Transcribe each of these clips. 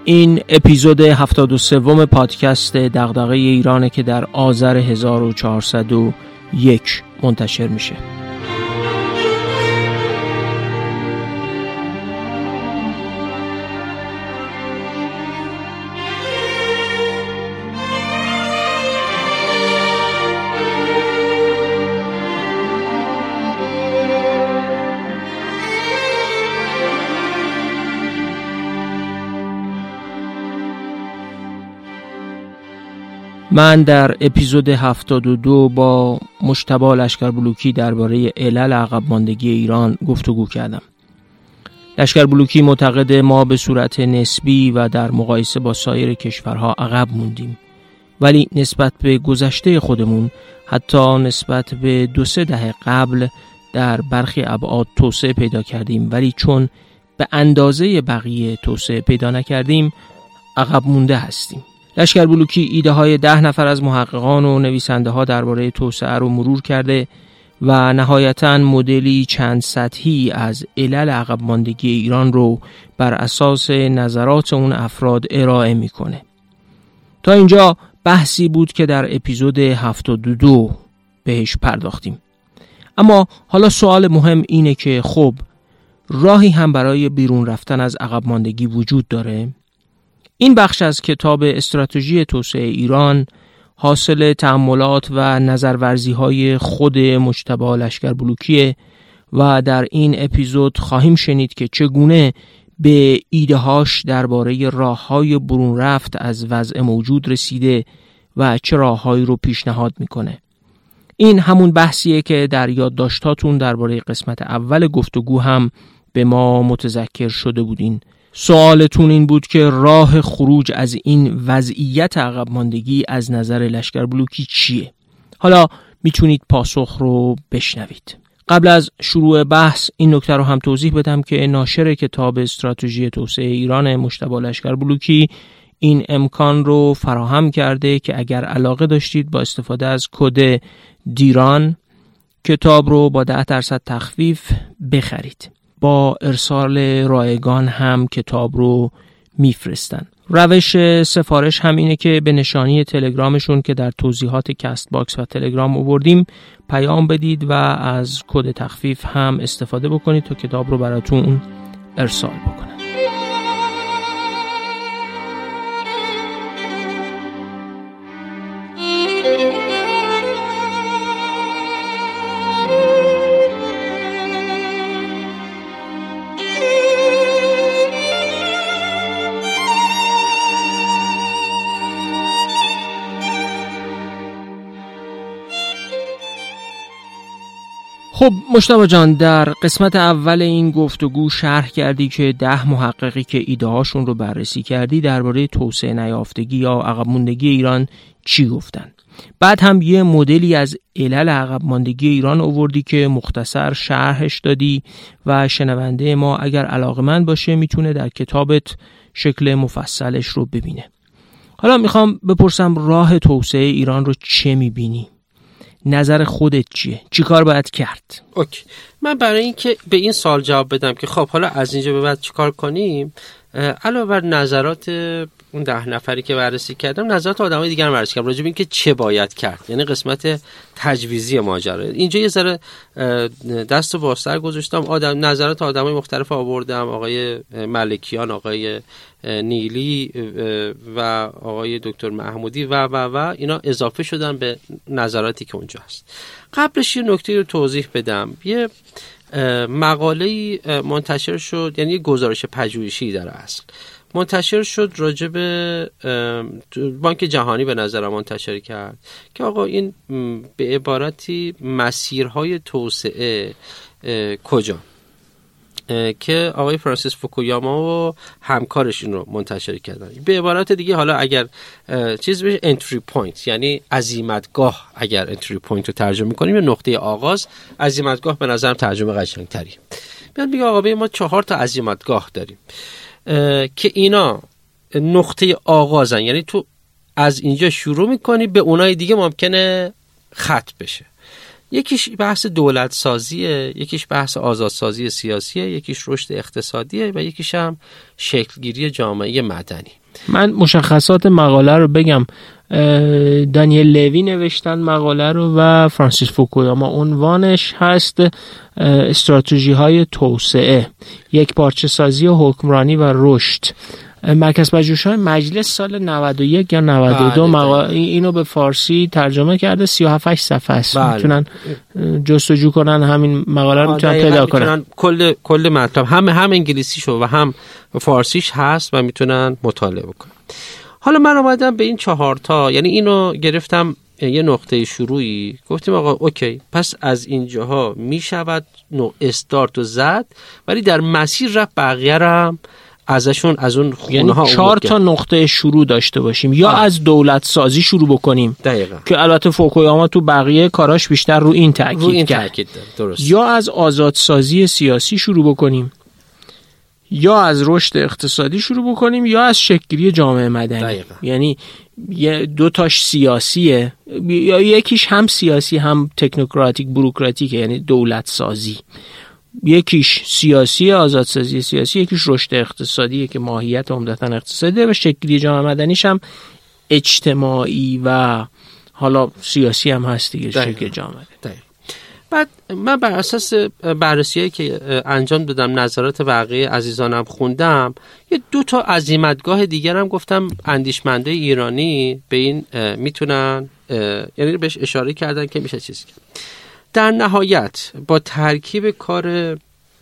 این اپیزود 73 پادکست دغدغه ایرانه که در آذر 1401 منتشر میشه. من در اپیزود 72 با مجتبی لشکربلوکی درباره علل عقب ماندگی ایران گفتگو کردم. لشکربلوکی معتقد ما به صورت نسبی و در مقایسه با سایر کشورها عقب موندیم، ولی نسبت به گذشته خودمون حتی نسبت به 2-3 دهه قبل در برخی ابعاد توسعه پیدا کردیم، ولی چون به اندازه بقیه توسعه پیدا نکردیم عقب مونده هستیم. لشکربلوکی ایده های 10 نفر از محققان و نویسنده ها درباره توسعه رو مرور کرده و نهایتاً مدلی چند سطحی از علل عقب ماندگی ایران رو بر اساس نظرات اون افراد ارائه میکنه. تا اینجا بحثی بود که در اپیزود 72 بهش پرداختیم. اما حالا سوال مهم اینه که خب راهی هم برای بیرون رفتن از عقب ماندگی وجود داره؟ این بخش از کتاب استراتژی توسعه ایران حاصل تأملات و نظرورزی‌های خود مجتبی لشکربلوکیه و در این اپیزود خواهیم شنید که چگونه به ایده‌هاش درباره راه‌های برون رفت از وضع موجود رسیده و چه راه‌هایی رو پیشنهاد میکنه. این همون بحثیه که در یادداشتاتون درباره قسمت اول گفتگو هم به ما متذکر شده بودین. سوالتون این بود که راه خروج از این وضعیت عقب ماندگی از نظر لشکربلوکی چیه؟ حالا میتونید پاسخ رو بشنوید. قبل از شروع بحث این نکته رو هم توضیح بدم که ناشر کتاب استراتژی توسعه ایران مجتبی لشکربلوکی این امکان رو فراهم کرده که اگر علاقه داشتید با استفاده از کد دیران کتاب رو با 10% تخفیف بخرید. با ارسال رایگان هم کتاب رو میفرستن. روش سفارش هم اینه که به نشانی تلگرامشون که در توضیحات کست باکس و تلگرام آوردیم پیام بدید و از کد تخفیف هم استفاده بکنید تا کتاب رو براتون ارسال بکنن. خب مجتبی جان، در قسمت اول این گفتگو شرح کردی که 10 محققی که ایده هاشون رو بررسی کردی درباره توسعه نیافتگی یا عقب ماندگی ایران چی گفتن. بعد هم یه مدلی از علل عقب ماندگی ایران آوردی که مختصر شرحش دادی و شنونده ما اگر علاقه‌مند باشه میتونه در کتابت شکل مفصلش رو ببینه. حالا میخوام بپرسم راه توسعه ایران رو چه میبینی؟ نظر خودت چیه؟ چی کار باید کرد؟ اوکی. من برای اینکه به این سوال جواب بدم که خب حالا از اینجا به بعد چی کار کنیم، علاوه بر نظرات اون 10 نفری که بررسی کردم نظرات آدمای دیگر هم بررسی کردم راجع به اینکه چه باید کرد، یعنی قسمت تجویزی ماجرا. اینجا یه ذره دست بازتر گذاشتم، نظرات آدمای مختلف آوردم، آقای ملکیان، آقای نیلی و آقای دکتر محمودی و اینا اضافه شدن به نظراتی که اونجا هست. قبلش یه نکته رو توضیح بدم. یه مقاله‌ای منتشر شد، یعنی یه گزارش پژوهشی در اصل منتشر شد راجع به بانک جهانی به نظر منتشر کرد که آقا این به عبارتی مسیرهای توسعه کجا، که آقای فرانسیس فوکویاما و همکارش این رو منتشر کردن. به عبارت دیگه حالا اگر چیز بشه انتری پوینت، یعنی عزیمتگاه، اگر انتری پوینت رو ترجمه کنیم یا نقطه آغاز، عزیمتگاه به نظرم ترجمه قشنگ‌تری. میاد میگه آقا ما 4 تا عزیمتگاه داریم که اینا نقطه آغازن، یعنی تو از اینجا شروع میکنی به اونای دیگه ممکنه ختم بشه. یکیش بحث دولت سازیه، یکیش بحث آزادسازی سیاسیه، یکیش رشد اقتصادیه و یکیش هم شکلگیری جامعه مدنی. من مشخصات مقاله رو بگم. دانیل لوی نوشتن مقاله رو و فرانسیس فوکویاما. عنوانش هست استراتژی های توسعه، یک پارچه سازی حکمرانی و رشد. مرکز پژوهش‌های مجلس سال 91 یا 92 اینو به فارسی ترجمه کرده. 37 صفحه است. میتونن جستجو کنن همین مقاله رو میتونن پیدا کنن. کل مطلب هم انگلیسیشو و هم فارسیش هست و میتونن مطالعه کنن. حالا من اومدم به این 4 تا، یعنی اینو گرفتم یه نقطه شروعی، گفتیم آقا اوکی، پس از اینجاها میشود استارت و زد، ولی در مسیر رفت بقیه رو هم ازشون از اون خونه ها 4 تا نقطه شروع داشته باشیم. یا از دولت سازی شروع بکنیم دقیقا. که البته فوکویاما تو بقیه کاراش بیشتر رو این تاکید کرد. درست. یا از آزادسازی سیاسی شروع بکنیم، یا از رشد اقتصادی شروع بکنیم، یا از شکلگیری جامعه مدنی. دقیقا. یعنی 2 تاش سیاسیه، یا یکیش هم سیاسی هم تکنوکراتیک بوروکراتیکه، یعنی دولت سازی. یکیش سیاسی، آزادسازی سیاسی، یکیش رشد اقتصادیه که ماهیت عمدتاً اقتصادی و شکلی جامعه مدنیش هم اجتماعی و حالا سیاسی هم هست دیگه، شکل جامعه. بعد من بر اساس بررسی‌هایی که انجام دادم، نظرات بقیه عزیزانم خوندم، یه 2 تا عزیمتگاه دیگر هم گفتم اندیشمندای ایرانی به این میتونن، یعنی بهش اشاره کردن که میشه چیز کرد. در نهایت با ترکیب کار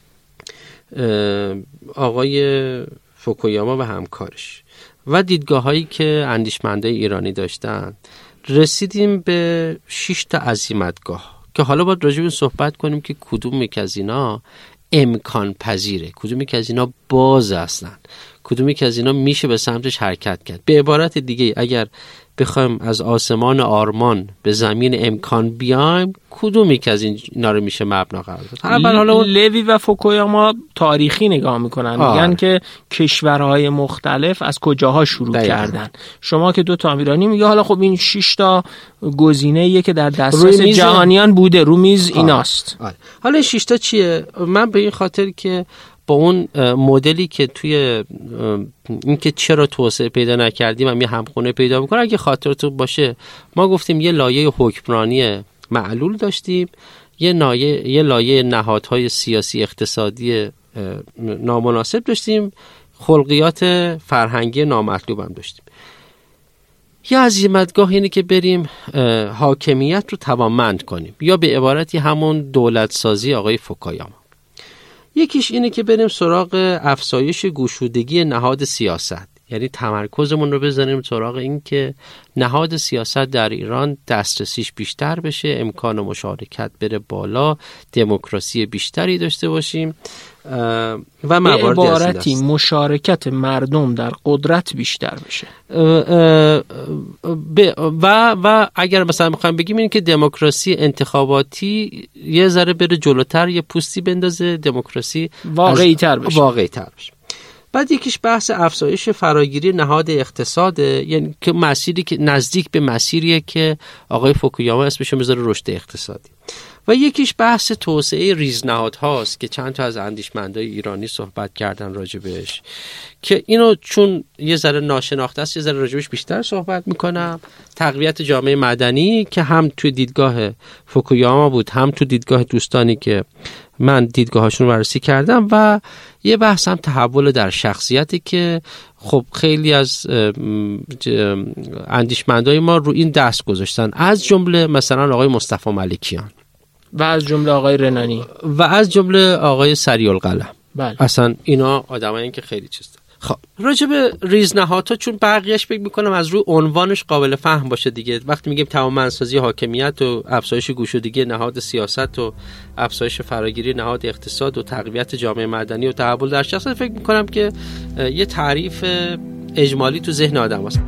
آقای فوکویاما و همکارش و دیدگاه‌هایی که اندیشمندای ایرانی داشتن، رسیدیم به 6 تا عزیمتگاه که حالا باید راجع به صحبت کنیم که کدوم یک از اینا امکان پذیره، کدوم یک از اینا باز هستن، کدوم یک از اینا میشه به سمتش حرکت کرد. به عبارت دیگه اگر بخوایم از آسمان آرمان به زمین امکان بیایم، کدوم یک از اینا رو میشه مبنا قرار داد؟ حالا لوی و فوکویاما تاریخی نگاه میکنن، میگن که کشورهای مختلف از کجاها شروع کردن. شما که 2 تا ایرانی میگه حالا خب این 6 تا گزینه‌ایه که در دسترس جهانیان بوده، رو میز ایناست. حالا 6 تا چیه؟ من به این خاطر که با اون مدلی که توی این که چرا توسعه پیدا نکردیم هم یه همخونه پیدا میکنه. اگه خاطرتون باشه ما گفتیم یه لایه حکمرانی معلول داشتیم، یه لایه نهادهای سیاسی اقتصادی نامناسب داشتیم، خلقیات فرهنگی نامطلوب هم داشتیم. یه عزیمتگاه اینه که بریم حاکمیت رو توانمند کنیم، یا به عبارتی همون دولت سازی آقای فوکویاما. یکیش اینه که بریم سراغ افزایش گشودگی نهاد سیاست، یعنی تمرکزمون رو بزنیم سراغ این که نهاد سیاست در ایران دسترسیش بیشتر بشه، امکان مشارکت بره بالا، دموکراسی بیشتری داشته باشیم و مواردی به عبارتی مشارکت مردم در قدرت بیشتر بشه. و اگر مثلا میخوایم بگیم این که دموکراسی انتخاباتی یه ذره بره جلوتر، یه پوستی بندازه، دموکراسی واقعی تر بشه. بعد یکیش بحث افزایش فراگیری نهاد اقتصاد، یعنی که مسیری که نزدیک به مسیریه که آقای فوکویاما اسمشو میذاره رشد اقتصادی. و یکیش بحث توسعه ریزنهادهاست که چند تا از اندیشمندای ایرانی صحبت کردن راجبش، که اینو چون یه ذره ناشناخته است یه ذره راجبش بیشتر صحبت میکنم. تقویت جامعه مدنی که هم توی دیدگاه فوکویاما بود، هم تو دیدگاه دوستانی که من دیدگاهاشون رو بررسی کردم، و یه بحث هم تحول در شخصیتی که خب خیلی از اندیشمندای ما رو این دست گذاشتن، از جمله مثلا آقای مصطفی ملکیان و از جمله آقای رنانی و از جمله آقای سریالقلم. بله. اصلا اینا آدمایی که خیلی چیز دارن. خب راجع به ریزنهادها، چون بقیه‌اش فکر می‌کنم از روی عنوانش قابل فهم باشه دیگه، وقتی میگیم توانمندسازی حاکمیت و افزایش گشودگی نهاد سیاست و افزایش فراگیری نهاد اقتصاد و تقویت جامعه مدنی و تحول در شخصیت، فکر می‌کنم که یه تعریف اجمالی تو ذهن آدم هست.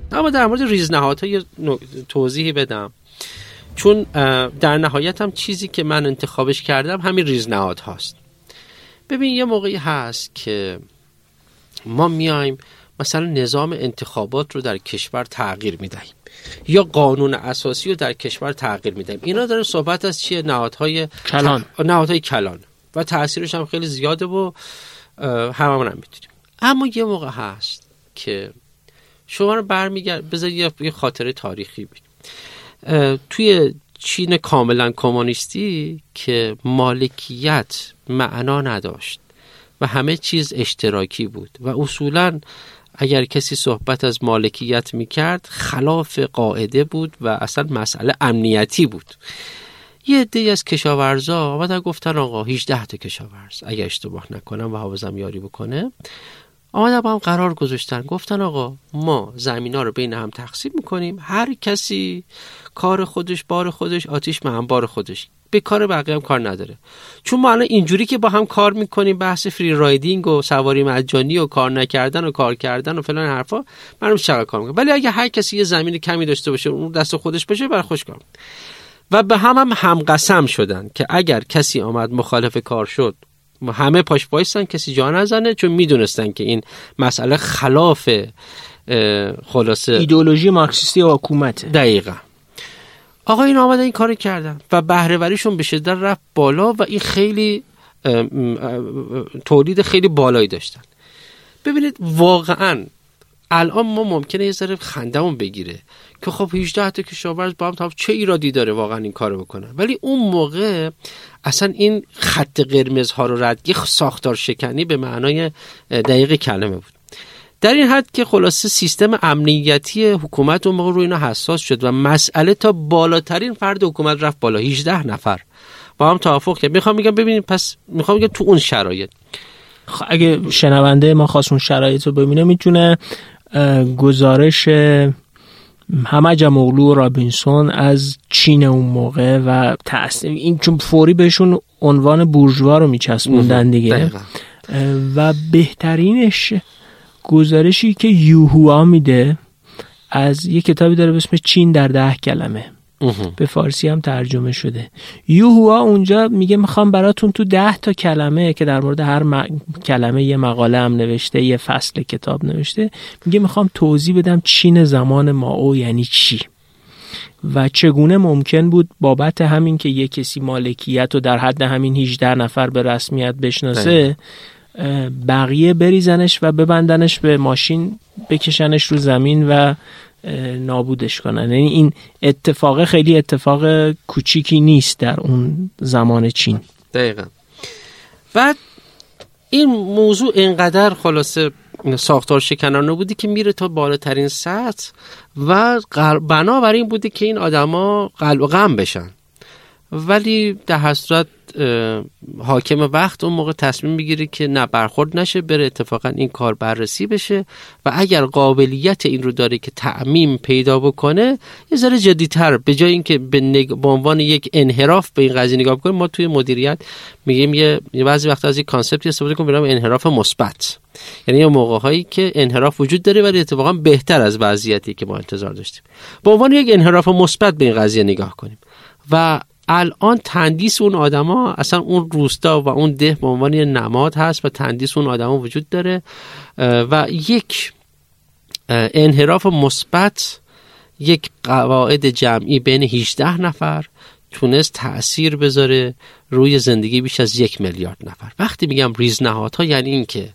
اما در مورد ریزنهادها یه توضیحی بدم، چون در نهایت هم چیزی که من انتخابش کردم همین ریزنهاد هاست. ببین یه موقعی هست که ما میایم مثلا نظام انتخابات رو در کشور تغییر میدهیم یا قانون اساسی رو در کشور تغییر میدهیم. اینا داره صحبت از چیه؟ نهادهای کلان. نهادهای کلان و تأثیرش هم خیلی زیاده و هممون هم میدونیم. اما یه موقع هست که شما رو برمیگرد، بذار یه خاطره تاریخی بگم. توی چین کاملا کمونیستی که مالکیت معنا نداشت و همه چیز اشتراکی بود و اصولاً اگر کسی صحبت از مالکیت میکرد خلاف قاعده بود و اصلا مسئله امنیتی بود. یه عده‌ای از کشاورزا آمدن گفتن آقا 18 تا کشاورز اگر اشتباه نکنم و حافظم یاری بکنه، آمدن با هم قرار گذاشتن، گفتن آقا ما زمینا رو بین هم تقسیم میکنیم، هر کسی کار خودش بار خودش، آتیش به هم بار خودش، به کار بقیه هم کار نداره. چون ما الان اینجوری که با هم کار میکنیم، بحث فری رایدینگ و سواری مجانی و کار نکردن و کار کردن و فلان حرفا، منم چقدر کار میکنم، ولی اگه هر کسی یه زمین کمی داشته باشه اون دست خودش باشه برای خوش کار. و به هم قسم شدن که اگر کسی آمد مخالف کار شد همه پاش وایسن، کسی جا نزنه، چون میدونستن که این مسئله خلاف خلاصه ایدئولوژی مارکسیستی و حکومت. دقیقاً. آقا این آمدن این کار کردن و بهره وریشون به شدت رفت بالا و این خیلی تولید خیلی بالایی داشتن. ببینید واقعاً الان ما ممکنه یه ذره خندمون بگیره که خب 18 تا کشاورز با هم تا چه ایرادی داره واقعا این کارو بکنن، ولی اون موقع اصلا این خط قرمزها رو رد، یه ساختار شکنی به معنای دقیق کلمه بود. در این حد که خلاصه سیستم امنیتی حکومت اون موقع روی اینا حساس شد و مسئله تا بالاترین فرد حکومت رفت بالا، 18 نفر با هم توافق کرد. میخوام بگم ببینید، پس میخوام بگم تو اون شرایط اگه شنونده ما خواست اون شرایط رو ببینه میتونه گزارش همجموغلو و رابینسون از چین اون موقع و تأثیر این، چون فوری بهشون عنوان بورژوا رو میچسبوندن دیگه، و بهترینش گزارشی که یوهوا میده از یه کتابی داره به اسم چین در 10 کلمه، به فارسی هم ترجمه شده. یوهوا اونجا میگه میخوام براتون تو 10 تا کلمه که در مورد هر کلمه یه مقاله هم نوشته، یه فصل کتاب نوشته، میگه میخوام توضیح بدم چین زمان مائو یعنی چی و چگونه ممکن بود بابت همین که یه کسی مالکیت رو در حد همین 18 نفر به رسمیت بشناسه، بقیه بریزنش و ببندنش به ماشین، بکشنش رو زمین و نابودش کنن. یعنی این اتفاق خیلی اتفاق کوچیکی نیست در اون زمان چین. دقیقا. بعد این موضوع اینقدر خلاصه ساختار شکنانه بودی که میره تا بالاترین سطح و بنابراین بوده که این آدما قلب و غم بشن، ولی در حضرت حاکم وقت اون موقع تصمیم بگیره که نه، برخورد نشه، بره اتفاقا این کار بررسی بشه و اگر قابلیت این رو داره که تعمیم پیدا بکنه یه ذره جدی‌تر، به جای اینکه به عنوان یک انحراف به این قضیه نگاه بکنیم، ما توی مدیریت میگیم یه بعضی وقتا از یک کانسپتی استفاده کنیم به نام انحراف مثبت. یعنی یه موقع‌هایی که انحراف وجود داره ولی اتفاقا بهتر از وضعیتی که ما انتظار داشتیم، به عنوان یک انحراف مثبت به این قضیه نگاه کنیم. و الان تندیس اون آدما، اصلا اون روستا و اون ده به عنوان یه نماد هست و تندیس اون آدما وجود داره و یک انحراف مثبت، یک قواعد جمعی بین 18 نفر تونست تأثیر بذاره روی زندگی بیش از 1 میلیارد نفر. وقتی میگم ریزنهادها یعنی این که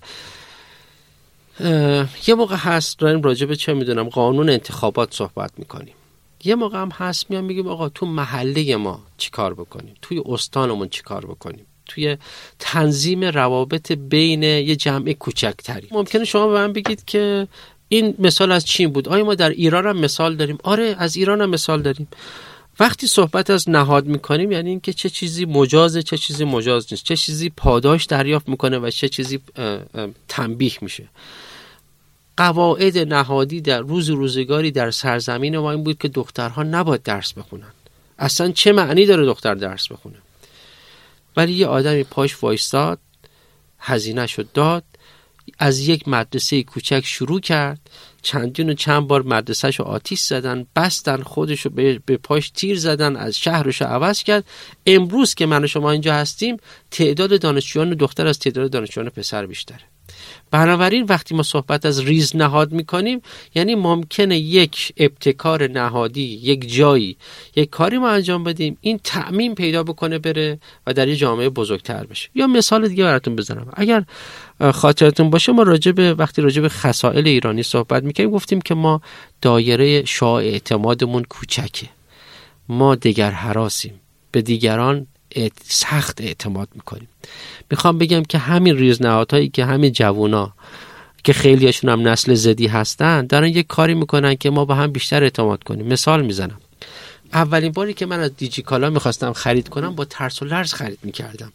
یه موقع هست داریم راجع به چه میدونم قانون انتخابات صحبت میکنیم، یه موقع هم هست میام میگیم آقا تو محله ما چی کار بکنیم، توی استانمون چی کار بکنیم، توی تنظیم روابط بین یه جمع کوچکتری. ممکنه شما به من بگید که این مثال از چین بود، آیا ما در ایران هم مثال داریم؟ آره، از ایران هم مثال داریم. وقتی صحبت از نهاد میکنیم یعنی این که چه چیزی مجازه، چه چیزی مجاز نیست، چه چیزی پاداش دریافت میکنه و چه چیزی تنبیه میشه. قواعد نهادی در روزگاری در سرزمین ما این بود که دخترها نباید درس بخونن. اصلا چه معنی داره دختر درس بخونه؟ ولی یه آدمی پاش وایستاد، هزینه‌شو داد، از یک مدرسه کوچک شروع کرد، چندین و چند بار مدرسه‌شو آتیش زدن، بستن، خودشو به پاش تیر زدن، از شهرشو عوض کرد. امروز که من و شما اینجا هستیم تعداد دانشجویان دختر از تعداد دانشجویان پسر بیشتره. بنابراین وقتی ما صحبت از ریز نهاد میکنیم یعنی ممکنه یک ابتکار نهادی، یک جایی، یک کاری ما انجام بدیم، این تعمیم پیدا بکنه بره و در یه جامعه بزرگتر بشه. یا مثال دیگه براتون بزنم، اگر خاطرتون باشه ما وقتی راجع به خصائل ایرانی صحبت میکنیم گفتیم که ما دایره شاه اعتمادمون کوچکه، ما دگر هراسیم، به دیگران سخت اعتماد میکنیم. میخوام بگم که همین ریزنهادهایی که همین جوونا که خیلی هاشون هم نسل زدی هستن دارن یک کاری میکنن که ما با هم بیشتر اعتماد کنیم. مثال میزنم، اولین باری که من از دیجیکالا میخواستم خرید کنم با ترس و لرز خرید میکردم.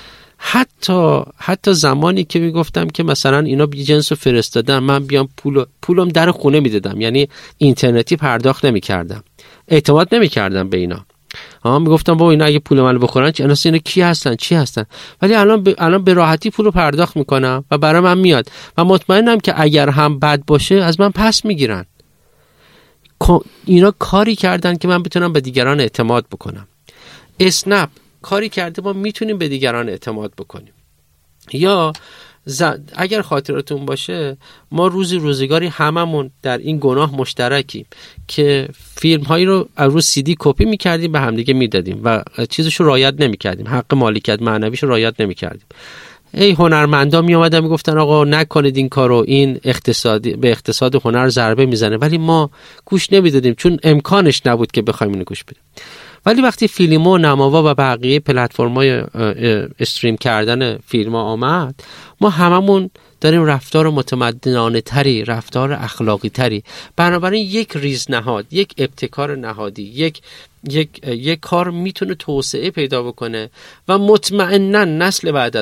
حتی زمانی که میگفتم که مثلا اینا بی جنسو فرستادن، من بیام پولم در خونه میدادم، یعنی اینترنتی پرداخت نمیکردم، اعتماد نمیکردم به اینا. میگفتم بابا اینا اگه پول منو بخورن اینا کی هستن چی هستن، ولی الان به راحتی پولو پرداخت میکنم و برای من میاد و مطمئنم که اگر هم بد باشه از من پس میگیرن. اینا کاری کردن که من بتونم به دیگران اعتماد بکنم. اسنپ کاری کرده ما میتونیم به دیگران اعتماد بکنیم. یا اگر خاطرتون باشه ما روزگاری هممون در این گناه مشترکیم که فیلم هایی رو از سی دی کپی میکردیم به همدیگه میدادیم و چیزشو رعایت نمیکردیم، حق مالکیت معنویشو رعایت نمیکردیم. هنرمندا می اومدن میگفتن آقا نکنید این کارو، این به اقتصاد هنر ضربه میزنه، ولی ما گوش نمیدادیم چون امکانش نبود که بخوایم اینو گوش بدیم. ولی وقتی فیلم‌ها و نماوا و بقیه پلتفرم‌های استریم کردن فیلم‌ها آمد، ما هممون داریم رفتار متمدنانه تری، رفتار اخلاقی تری. بنابراین یک ریزنهاد، یک ابتکار نهادی، یک کار میتونه توسعه پیدا بکنه و مطمئناً نسل بعد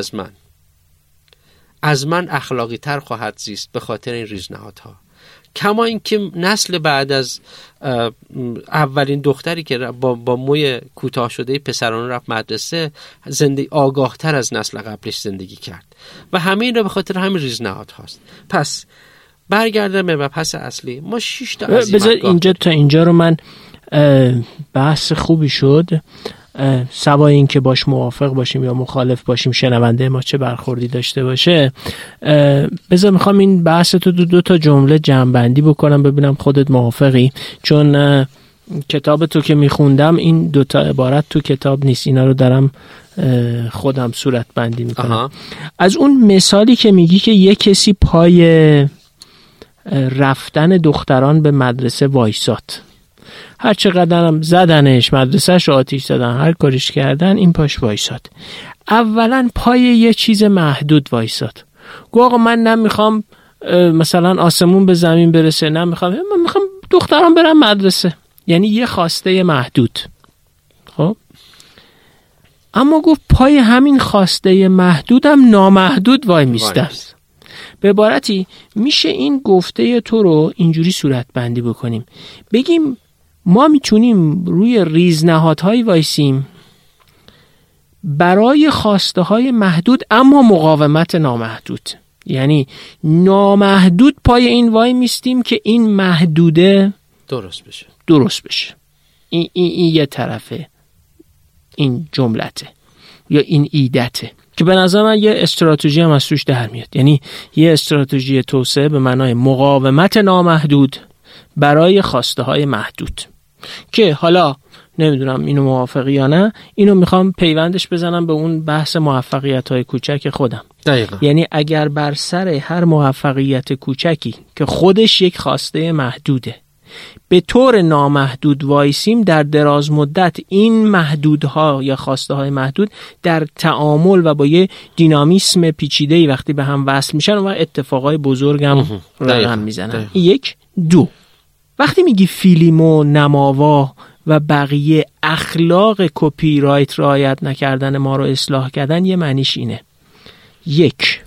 از من اخلاقی تر خواهد زیست به خاطر این ریزنهادها. کما اینکه نسل بعد از اولین دختری که با موی کوتاه شده پسرانه رفت مدرسه آگاه تر از نسل قبلش زندگی کرد و همه این رو به خاطر همین ریزنهاد هاست. پس برگردم به مبحث اصلی. ما 6 تا بذار اینجا تا اینجا رو من بحث خوبی شد، سوای این که باش موافق باشیم یا مخالف باشیم شنونده ما چه برخوردی داشته باشه. بذار میخوام این بحث تو دو تا جمله جمع‌بندی بکنم ببینم خودت موافقی، چون کتاب تو که میخوندم این دو تا عبارت تو کتاب نیست، اینا رو دارم خودم صورت بندی میکنم. از اون مثالی که میگی که یک کسی پای رفتن دختران به مدرسه وایساد، هر چقدر هم زدنش، مدرسهش رو آتیش زدن، هر کاریش کردن، این پاش وایساد. اولا پای یه چیز محدود وایساد. گو آقا من نمیخوام مثلا آسمون به زمین برسه، من میخوام دختران برن مدرسه، یعنی یه خواسته محدود. خب اما گفت پای همین خواسته محدودم نامحدود وای میسته. به عبارتی میشه این گفته تو رو اینجوری صورت بندی بکنیم، بگیم ما میتونیم روی ریزنهادهای وایسیم برای خواسته های محدود اما مقاومت نامحدود، یعنی نامحدود پای این وای میستیم که این محدوده درست بشه. این یه طرفه این جملته یا این ایدته که به نظر من یه استراتژی هم از توش در میاد، یعنی یه استراتژی توسعه به معنای مقاومت نامحدود برای خواسته های محدود، که حالا نمیدونم اینو موافقی یا نه، اینو میخوام پیوندش بزنم به اون بحث موفقیت های کوچک خودم. دقیقا. یعنی اگر بر سر هر موفقیت کوچکی که خودش یک خواسته محدوده به طور نامحدود وایسیم، در دراز مدت این محدودها یا خواسته های محدود در تعامل و با یه دینامیسم پیچیده‌ای وقتی به هم وصل میشن و اتفاقای بزرگ هم رقم میزنن. یک. دو، وقتی میگی فیلم و نماوا و بقیه اخلاق کپی رایت رعایت نکردن ما رو اصلاح کردن، یه معنیش اینه: یک،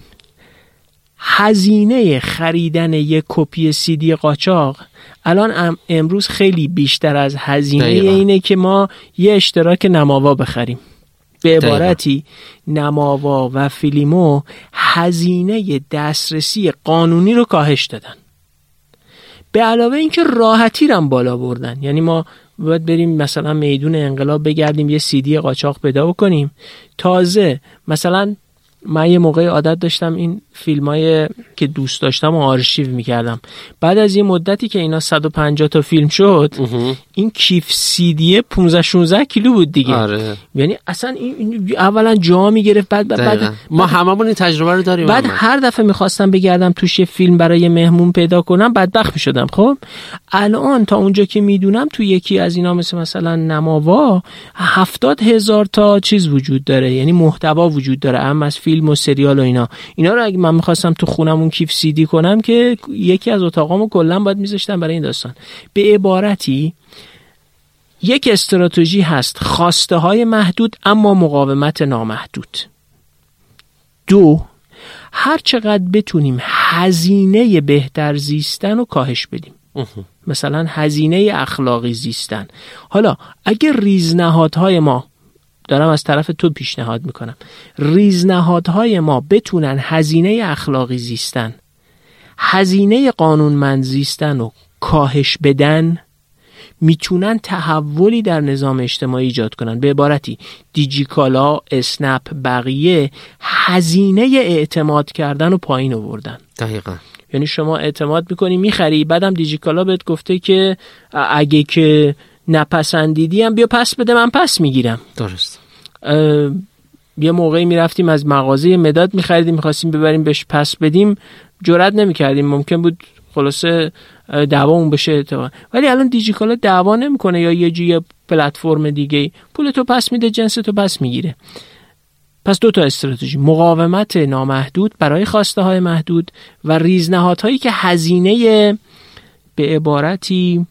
هزینه خریدن یک کپی سی دی قاچاق الان امروز خیلی بیشتر از هزینه اینه که ما یه اشتراک نماوا بخریم. به عبارتی نماوا و فیلیمو هزینه دسترسی قانونی رو کاهش دادن. به علاوه اینکه راحتی رو هم بالا بردن. یعنی ما باید بریم مثلا میدون انقلاب بگردیم یه CD قاچاق پیدا بکنیم. تازه مثلا من یه موقعی عادت داشتم این فیلمای که دوست داشتم و آرشیو میکردم. بعد از یه مدتی که اینا 150 تا فیلم شد، این کیف CD 15-16 کیلو بود دیگه. آره. یعنی اصلا این اولا جا میگرفت، بعد ما هممون این تجربه رو داریم. بعد هر دفعه میخواستم بگردم توش یه فیلم برای مهمون پیدا کنم بدبخت میشدم. خب الان تا اونجا که میدونم تو یکی از اینا مثلا نماوا 70,000 تا چیز وجود داره، یعنی محتوا وجود داره، هم از فیلم و سریال و اینا رو اگه من میخواستم تو خونمون کیف CD کنم که یکی از اتاقامو کلا باید میذاشتم برای این داستان. به عبارتی یک استراتژی هست خواسته های محدود اما مقاومت نامحدود. 2، هر چقدر بتونیم هزینه بهتر زیستن رو کاهش بدیم. مثلا هزینه اخلاقی زیستن. حالا اگه ریزنهادهای ما، دارم از طرف تو پیشنهاد میکنم، ریزنهادهای ما بتونن هزینه اخلاقی زیستن، هزینه قانونمند زیستن رو کاهش بدن، میتونن تحولی در نظام اجتماعی ایجاد کنن. به عبارتی دیجیکالا، اسنپ، بقیه هزینه اعتماد کردن رو پایین آوردن. دقیقاً. یعنی شما اعتماد میکنی میخری، بعدم دیجیکالا بهت گفته که اگه که نپسندیدی هم بیا پس بده، من پس میگیرم. درست. یه موقعی میرفتیم از مغازه مداد میخریدیم، میخواستیم ببریم بهش پس بدیم، جرئت نمیکردیم، ممکن بود خلاصه دعوامون بشه اتفاقا. ولی الان دیجیکالا دعوا نمیکنه یا یه پلتفرم دیگه پولتو پس میده، جنستو پس میگیره. پس 2 تا استراتژی: مقاومت نامحدود برای خواسته های محدود و ریزنهادهایی که هزینه به عبارتی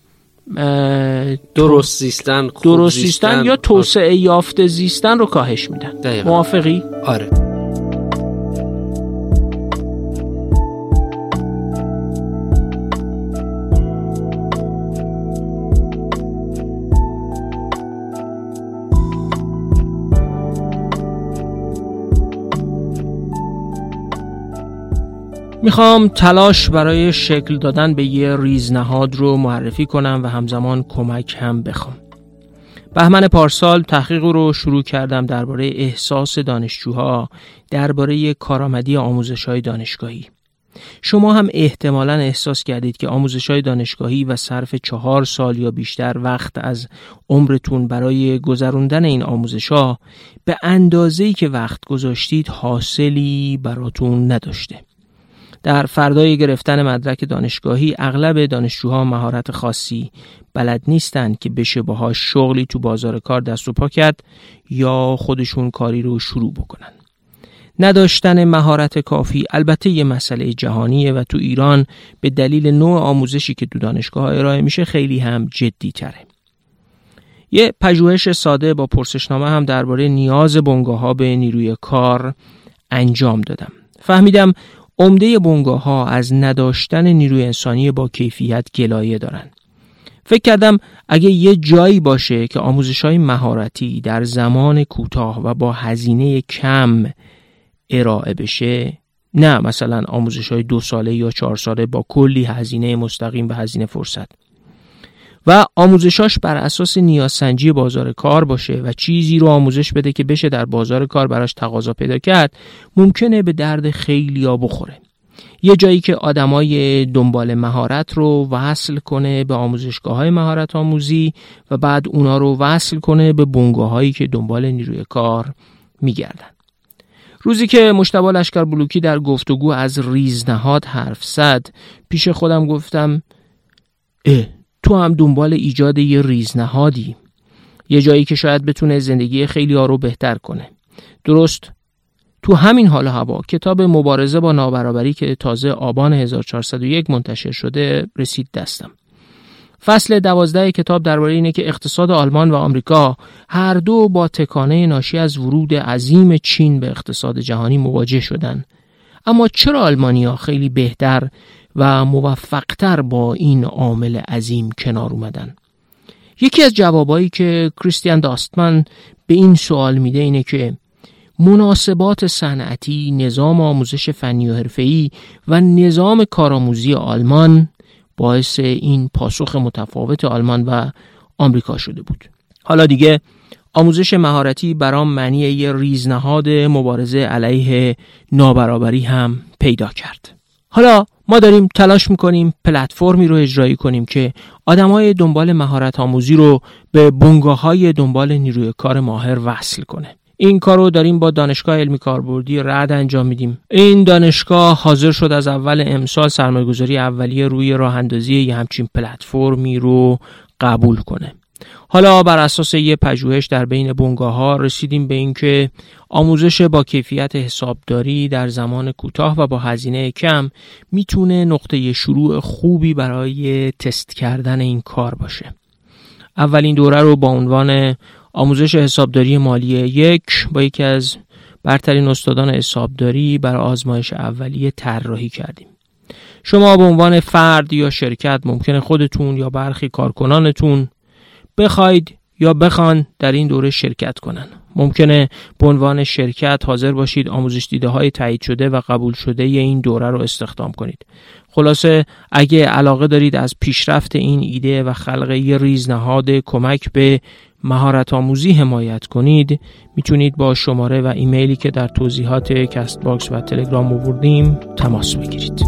درست زیستن یا توسعه یافته زیستن رو کاهش میدن. موافقی؟ آره. میخوام تلاش برای شکل دادن به یه ریزنهاد رو معرفی کنم و همزمان کمک هم بخوام. بهمن پارسال تحقیق رو شروع کردم درباره احساس دانشجوها درباره کارآمدی آموزش‌های دانشگاهی. شما هم احتمالاً احساس کردید که آموزش‌های دانشگاهی و صرف 4 سال یا بیشتر وقت از عمرتون برای گذروندن این آموزش‌ها به اندازه‌ای که وقت گذاشتید حاصلی براتون نداشته. در فردای گرفتن مدرک دانشگاهی اغلب دانشجوها مهارت خاصی بلد نیستن که بشه باهاش شغلی تو بازار کار دست و پا کرد یا خودشون کاری رو شروع بکنن. نداشتن مهارت کافی البته یه مسئله جهانیه و تو ایران به دلیل نوع آموزشی که تو دانشگاه ارائه میشه خیلی هم جدی تره. یه پژوهش ساده با پرسشنامه هم درباره نیاز بنگاه‌ها به نیروی کار انجام دادم. فهمیدم عمده بنگاه‌ها از نداشتن نیروی انسانی با کیفیت گلایه دارن. فکر کردم اگه یه جایی باشه که آموزش‌های مهارتی در زمان کوتاه و با هزینه کم ارائه بشه، نه مثلا آموزش‌های 2 ساله یا 4 ساله با کلی هزینه مستقیم و هزینه فرصت، و آموزشاش بر اساس نیازسنجی بازار کار باشه و چیزی رو آموزش بده که بشه در بازار کار براش تقاضا پیدا کرد، ممکنه به درد خیلیا بخوره. یه جایی که آدمای دنبال مهارت رو وصل کنه به آموزشگاه‌های مهارت آموزی و بعد اونا رو وصل کنه به بنگاه‌هایی که دنبال نیروی کار میگردن. روزی که مجتبی لشکربلوکی در گفتگو از ریزنهاد حرف زد، پیش خودم گفتم تو هم دنبال ایجاد یه ریزنهادی، یه جایی که شاید بتونه زندگی خیلی ها رو بهتر کنه. درست تو همین حال و هوا کتاب مبارزه با نابرابری که تازه آبان 1401 منتشر شده رسید دستم. فصل 12 کتاب درباره اینه که اقتصاد آلمان و آمریکا هر دو با تکانه ناشی از ورود عظیم چین به اقتصاد جهانی مواجه شدن. اما چرا آلمانی‌ها خیلی بهتر و موفق‌تر با این عامل عظیم کنار اومدن؟ یکی از جوابایی که کریستیان داستمن به این سوال میده اینه که مناسبات صنعتی، نظام آموزش فنی و حرفه‌ای و نظام کارآموزی آلمان باعث این پاسخ متفاوت آلمان و آمریکا شده بود. حالا دیگه آموزش مهارتی برام معنی یه ریزنهاد مبارزه علیه نابرابری هم پیدا کرد. حالا ما داریم تلاش میکنیم پلتفرمی رو اجرایی کنیم که آدمای دنبال مهارت آموزی رو به بنگاه‌های دنبال نیروی کار ماهر وصل کنه. این کار رو داریم با دانشگاه علمی کاربردی رعد انجام میدیم. این دانشگاه حاضر شد از اول امسال سرمایه‌گذاری اولیه روی راه اندازی یه همچین پلتفرمی رو قبول کنه. حالا بر اساس یه پژوهش در بین بنگاه‌ها رسیدیم به این که آموزش با کیفیت حسابداری در زمان کوتاه و با هزینه کم میتونه نقطه شروع خوبی برای تست کردن این کار باشه. اولین دوره رو با عنوان آموزش حسابداری مالی 1 با یکی از برترین استادان حسابداری برای آزمایش اولیه طراحی کردیم. شما به عنوان فرد یا شرکت ممکنه خودتون یا برخی کارکنانتون بخواید یا بخوان در این دوره شرکت کنن. ممکنه به عنوان شرکت حاضر باشید آموزش دیده‌های تایید شده و قبول شده این دوره رو استخدام کنید. خلاصه اگه علاقه دارید از پیشرفت این ایده و خلق یه ریزنهاد کمک به مهارت آموزی حمایت کنید، میتونید با شماره و ایمیلی که در توضیحات کست باکس و تلگرام آوردیم تماس بگیرید.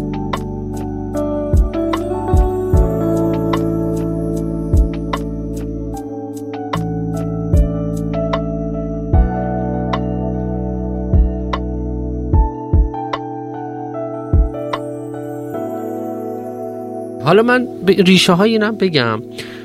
حالا من ریشه های اینم بگم.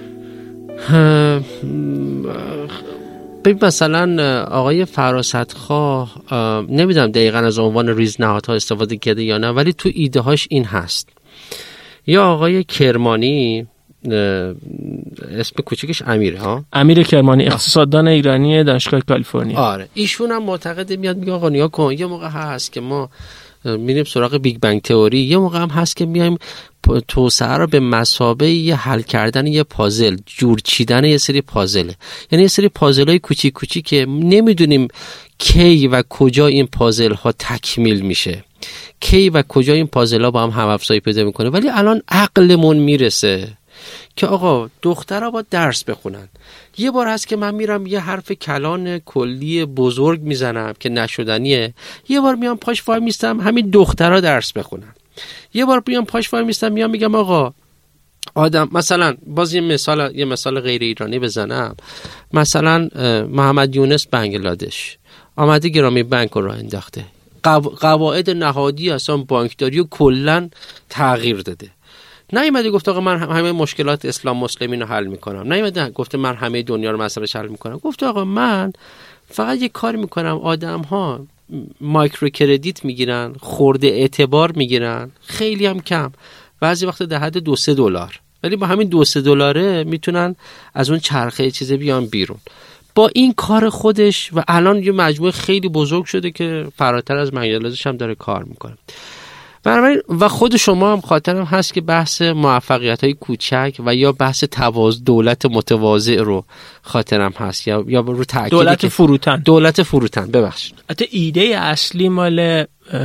ببین مثلا آقای فراستخواه نمیدونم دقیقاً از عنوان ریزنهادها استفاده کرده یا نه، ولی تو ایده هاش این هست. یا آقای کرمانی، اسم کوچیکش امیره ها، امیر کرمانی، اقتصاددان ایرانی دانشگاه کالیفرنیا. آره ایشون هم معتقده، میاد میگه آقا نیا کن، یه موقع هست که ما میریم سراغ بیگ بنگ تئوری، یه موقع هم هست که میایم توسعه رو به مثابه یه حل کردن یه پازل، جور چیدن یه سری پازله. یعنی یه سری پازل‌های کوچیک کوچیک که نمیدونیم کی و کجا این پازل ها تکمیل میشه، کی و کجا این پازل ها با هم افزایی پیدا میکنه. ولی الان عقلمون میرسه که آقا دخترها با درس بخونن. یه بار هست که من میرم یه حرف کلان کلی بزرگ میزنم که نشدنیه، یه بار میام پاش وای میستم همین دخترها درس بخونن. یه بار میام پاش وای میستم میام میگم آقا آدم، مثلا باز یه مثال غیر ایرانی بزنم، مثلا محمد یونس بنگلادش آمده گرامی بانک رو راه انداخته، قواعد نهادی اصلا بانکداری رو کلا تغییر داده. نیومده گفت آقا من همه مشکلات اسلام مسلمین رو حل میکنم، نیومده گفت من همه دنیا رو مسئله حل میکنم، گفت آقا من فقط یه کار میکنم آدم ها مایکرو کردیت میگیرن، خورده اعتبار میگیرن، خیلی هم کم، بعضی وقت در حد $2-3، ولی با همین $2-3 میتونن از اون چرخه چیزه بیان بیرون با این کار خودش. و الان یه مجموعه خیلی بزرگ شده که فراتر از بنگلادش هم داره کار میکنه. بنابراین و خود شما هم خاطرم هست که بحث موفقیت‌های کوچک و یا بحث دولت متواضع رو خاطرم هست، یا رو تاکید دولت فروتن ببخشید. حتی ایده اصلی مال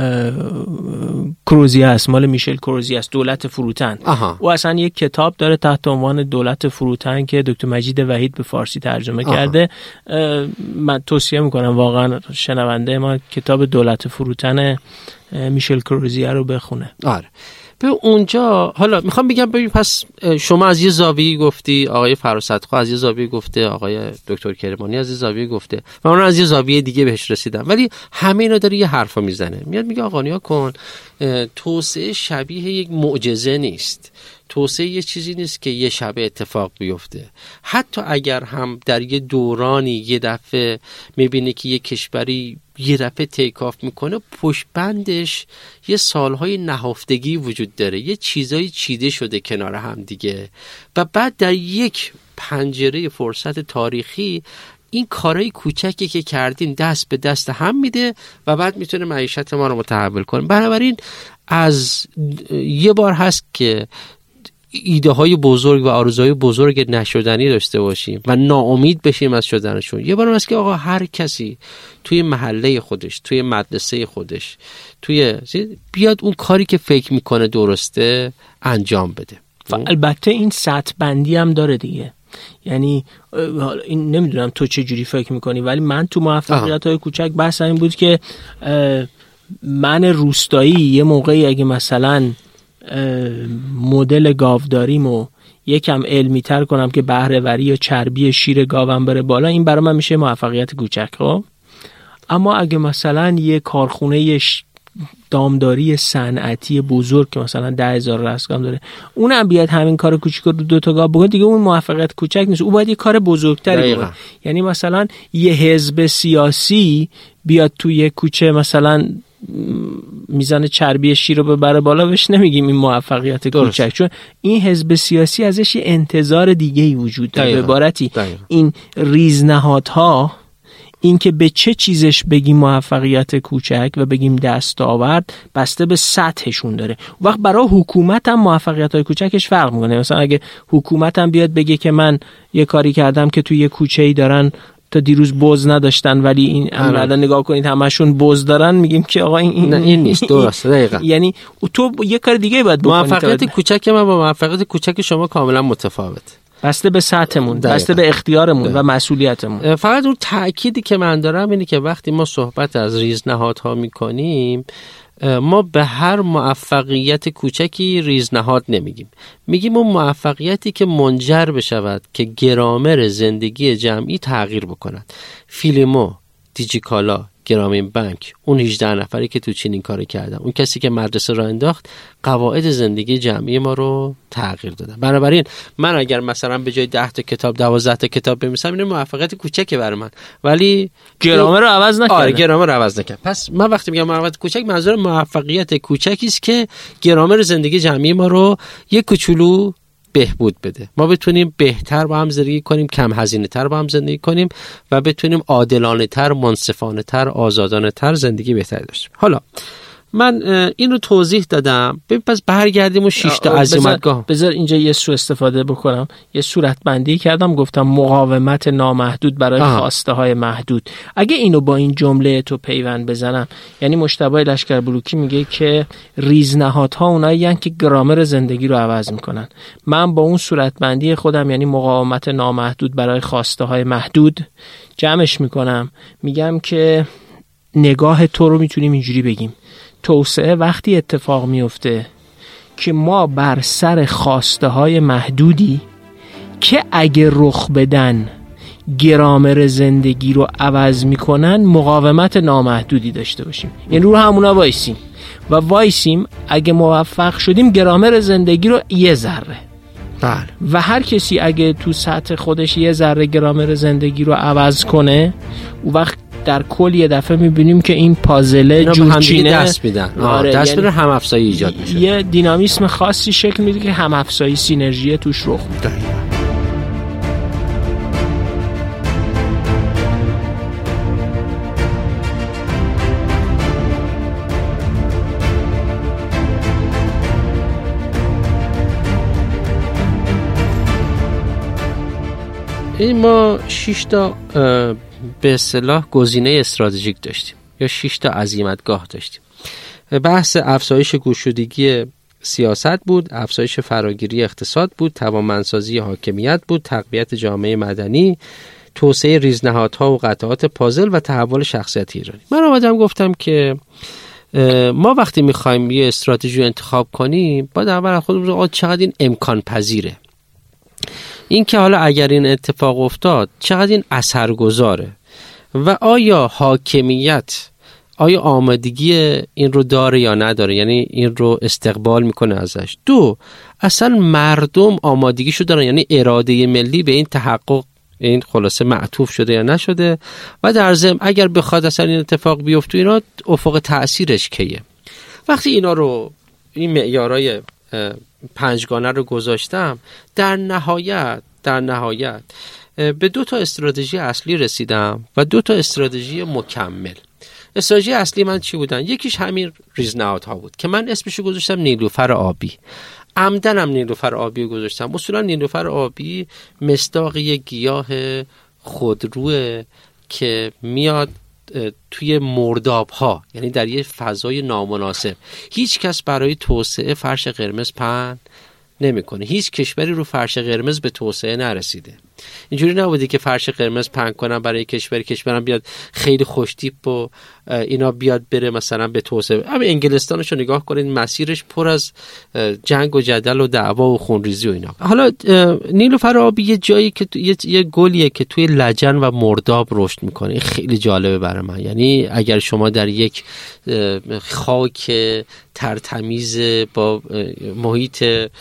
کروزی است، مال میشل کروزی است، دولت فروتن. او اصلا یک کتاب داره تحت عنوان دولت فروتن که دکتر مجید وحید به فارسی ترجمه کرده. من توصیه میکنم واقعا شنونده ما کتاب دولت فروتن میشل کروزی رو بخونه. آره به اونجا حالا میخوام بگم ببین، پس شما از یه زاویه گفتی، آقای فراستخواه از یه زاویه گفته، آقای دکتر کرمانی از یه زاویه گفته و من از یه زاویه دیگه بهش رسیدم، ولی همه اینا داره یه حرفا میزنه. میاد میگه آقا نیا کن، توسعه شبیه یک معجزه نیست، توسعه یه چیزی نیست که یه شبه اتفاق بیفته. حتی اگر هم در یه دورانی یه دفعه میبینی که یه کشوری یه دفعه تیک آف میکنه، پشت بندش یه سالهای نهفتگی وجود داره، یه چیزایی چیده شده کنار هم دیگه و بعد در یک پنجره فرصت تاریخی این کارهای کوچکی که کردیم دست به دست هم میده و بعد میتونه معیشت ما رو متحول کنه. بنابراین از یه بار هست که ایده های بزرگ و آرزوهای بزرگ نشدنی داشته باشیم و ناامید بشیم از شدنشون. یه بارم هست که آقا هر کسی توی محله خودش، توی مدرسه خودش، بیاد اون کاری که فکر میکنه درسته انجام بده. و البته این سطح بندی هم داره دیگه. یعنی این نمیدونم تو چه جوری فکر میکنی، ولی من تو موفقیت‌های کوچک بحث این بود که من روستایی یه موقعی اگه مثلا مدل گاوداریمو یکم علمی تر کنم که بهره‌وری یا چربی شیر گاوم بره بالا، این برای من میشه موفقیت کوچک. خب اما اگه مثلا یه کارخونه دامداری صنعتی بزرگ که مثلا 10,000 رستگام داره، اونم بیاد همین کار کوچیک رو 2 تا گاو بکنه، دیگه اون موفقیت کوچک نیست، اون باید یه کار بزرگتری کنه. یعنی مثلا یه حزب سیاسی بیاد توی یه کوچه مثلا میزان چربی شیر رو ببره بالا، بهش نمیگیم این موفقیت کوچک، چون این حزب سیاسی ازش یه انتظار دیگه‌ای وجود داره. به عبارتی این ریزنهادها، این که به چه چیزش بگیم موفقیت کوچک و بگیم دستاورد، بسته به سطحشون داره. وقت برای حکومت هم موفقیت‌های کوچکش فرق میکنه. مثلا اگه حکومت هم بیاد بگه که من یه کاری کردم که توی یه کوچه‌ای دارن تا دیروز بز نداشتن ولی این الان نگاه کنید همشون بز دارن، میگیم که آقا این نیست. درسته، دقیقاً. یعنی تو یه کار دیگه باید بکنی. موفقیت کوچک ما با موفقیت کوچک شما کاملا متفاوت، بسته به سطحمون، بسته به اختیارمون و مسئولیتمون. فقط اون تأکیدی که من دارم اینه که وقتی ما صحبت از ریزنهادها میکنیم، ما به هر موفقیت کوچکی ریزنهاد نمیگیم، میگیم اون موفقیتی که منجر بشود که گرامر زندگی جمعی تغییر بکند. فیلیمو، دیجیکالا، گرامین بانک، اون 18 نفری که تو چین این کارو کردن، اون کسی که مدرسه را انداخت، قواعد زندگی جمعی ما رو تغییر دادن. بنابراین من اگر مثلا به جای 10 تا کتاب 12 تا کتاب بنویسم، این موفقیت کوچکه برای من، ولی گرامر رو عوض نکرد. آره، گرامر رو عوض نکرد. پس من وقتی میگم موفقیت کوچک، منظور موفقیت کوچکی است که گرامر زندگی جمعی ما رو یک کوچولو بهبود بده. ما بتونیم بهتر با هم زندگی کنیم، کم هزینه تر با هم زندگی کنیم و بتونیم عادلانه تر، منصفانه تر، آزادانه تر زندگی بهتری داشتیم. حالا من این رو توضیح دادم. پس برگردیم و 6 تا عزیمتگاه. بذار اینجا یه سو استفاده بکنم. یه صورت بندی کردم، گفتم مقاومت نامحدود برای خواسته های محدود. اگه اینو با این جمله تو پیوند بزنم، یعنی مجتبی لشکربلوکی میگه که ریزنهادها اونایی هستن که گرامر زندگی رو عوض میکنن. من با اون صورت بندی خودم، یعنی مقاومت نامحدود برای خواسته های محدود، جمعش میکنم، میگم که نگاه تو رو میتونیم اینجوری بگیم: توسعه وقتی اتفاق میفته که ما بر سر خواسته های محدودی که اگه رخ بدن گرامر زندگی رو عوض میکنن، مقاومت نامحدودی داشته باشیم. یعنی رو همونا وایسیم اگه موفق شدیم گرامر زندگی رو یه ذره، و هر کسی اگه تو سطح خودش یه ذره گرامر زندگی رو عوض کنه، اون وقت در کل یه دفعه میبینیم که این پازله جورچینه دست میدن. دست میدن، هم افزایی ایجاد میشه، یه دینامیسم خاصی شکل میده که هم افزایی، سینرژی توش رخ میده. این ما 6 تا به اصطلاح گزینه استراتژیک داشتیم یا 6 تا عزیمتگاه داشتیم. بحث افزایش گشودگی سیاست بود، افزایش فراگیری اقتصاد بود، توانمندسازی حاکمیت بود، تقویت جامعه مدنی، توسعه ریزنهادها و قطعات پازل و تحول شخصیت ایرانی. من اومدم گفتم که ما وقتی میخوایم یه استراتژی انتخاب کنیم، باید اول خودمون چقدر این امکان پذیره، این که حالا اگر این اتفاق افتاد چقدر این اثرگذاره و آیا حاکمیت آیا آمادگی این رو داره یا نداره، یعنی این رو استقبال میکنه ازش. 2 اصلا مردم آمادگیشو دارن، یعنی اراده ملی به این تحقق این خلاصه معطوف شده یا نشده، و در ضمن اگر بخواد اصلا این اتفاق بیفته اینا افق تأثیرش کیه. وقتی اینا رو این معیارای 5گانه رو گذاشتم، در نهایت به 2 تا استراتژی اصلی رسیدم و 2 تا استراتژی مکمل. استراتژی اصلی من چی بودن؟ یکیش همین ریزنهادها بود که من اسمشو گذاشتم نیلوفر آبی. عمدن هم نیلوفر آبی گذاشتم. اصولا نیلوفر آبی مصداق یک گیاه خودروه که میاد توی مرداب ها، یعنی در یه فضای نامناسب. هیچ کس برای توسعه فرش قرمز پهن نمیکنه. هیچ کشوری رو فرش قرمز به توسعه نرسیده. اینجوری نبوده که فرش قرمز پهن کنن برای کشورم بیاد خیلی خوشتیپ و اینا بیاد بره مثلا به توسعه. همین انگلستانش رو نگاه کنید، مسیرش پر از جنگ و جدل و دعوا و خونریزی و اینا. حالا نیلوفر آبی یه جایی که یه گلیه که توی لجن و مرداب رشد میکنه. خیلی جالبه برای من. یعنی اگر شما در یک خاک ترتمیز با محیط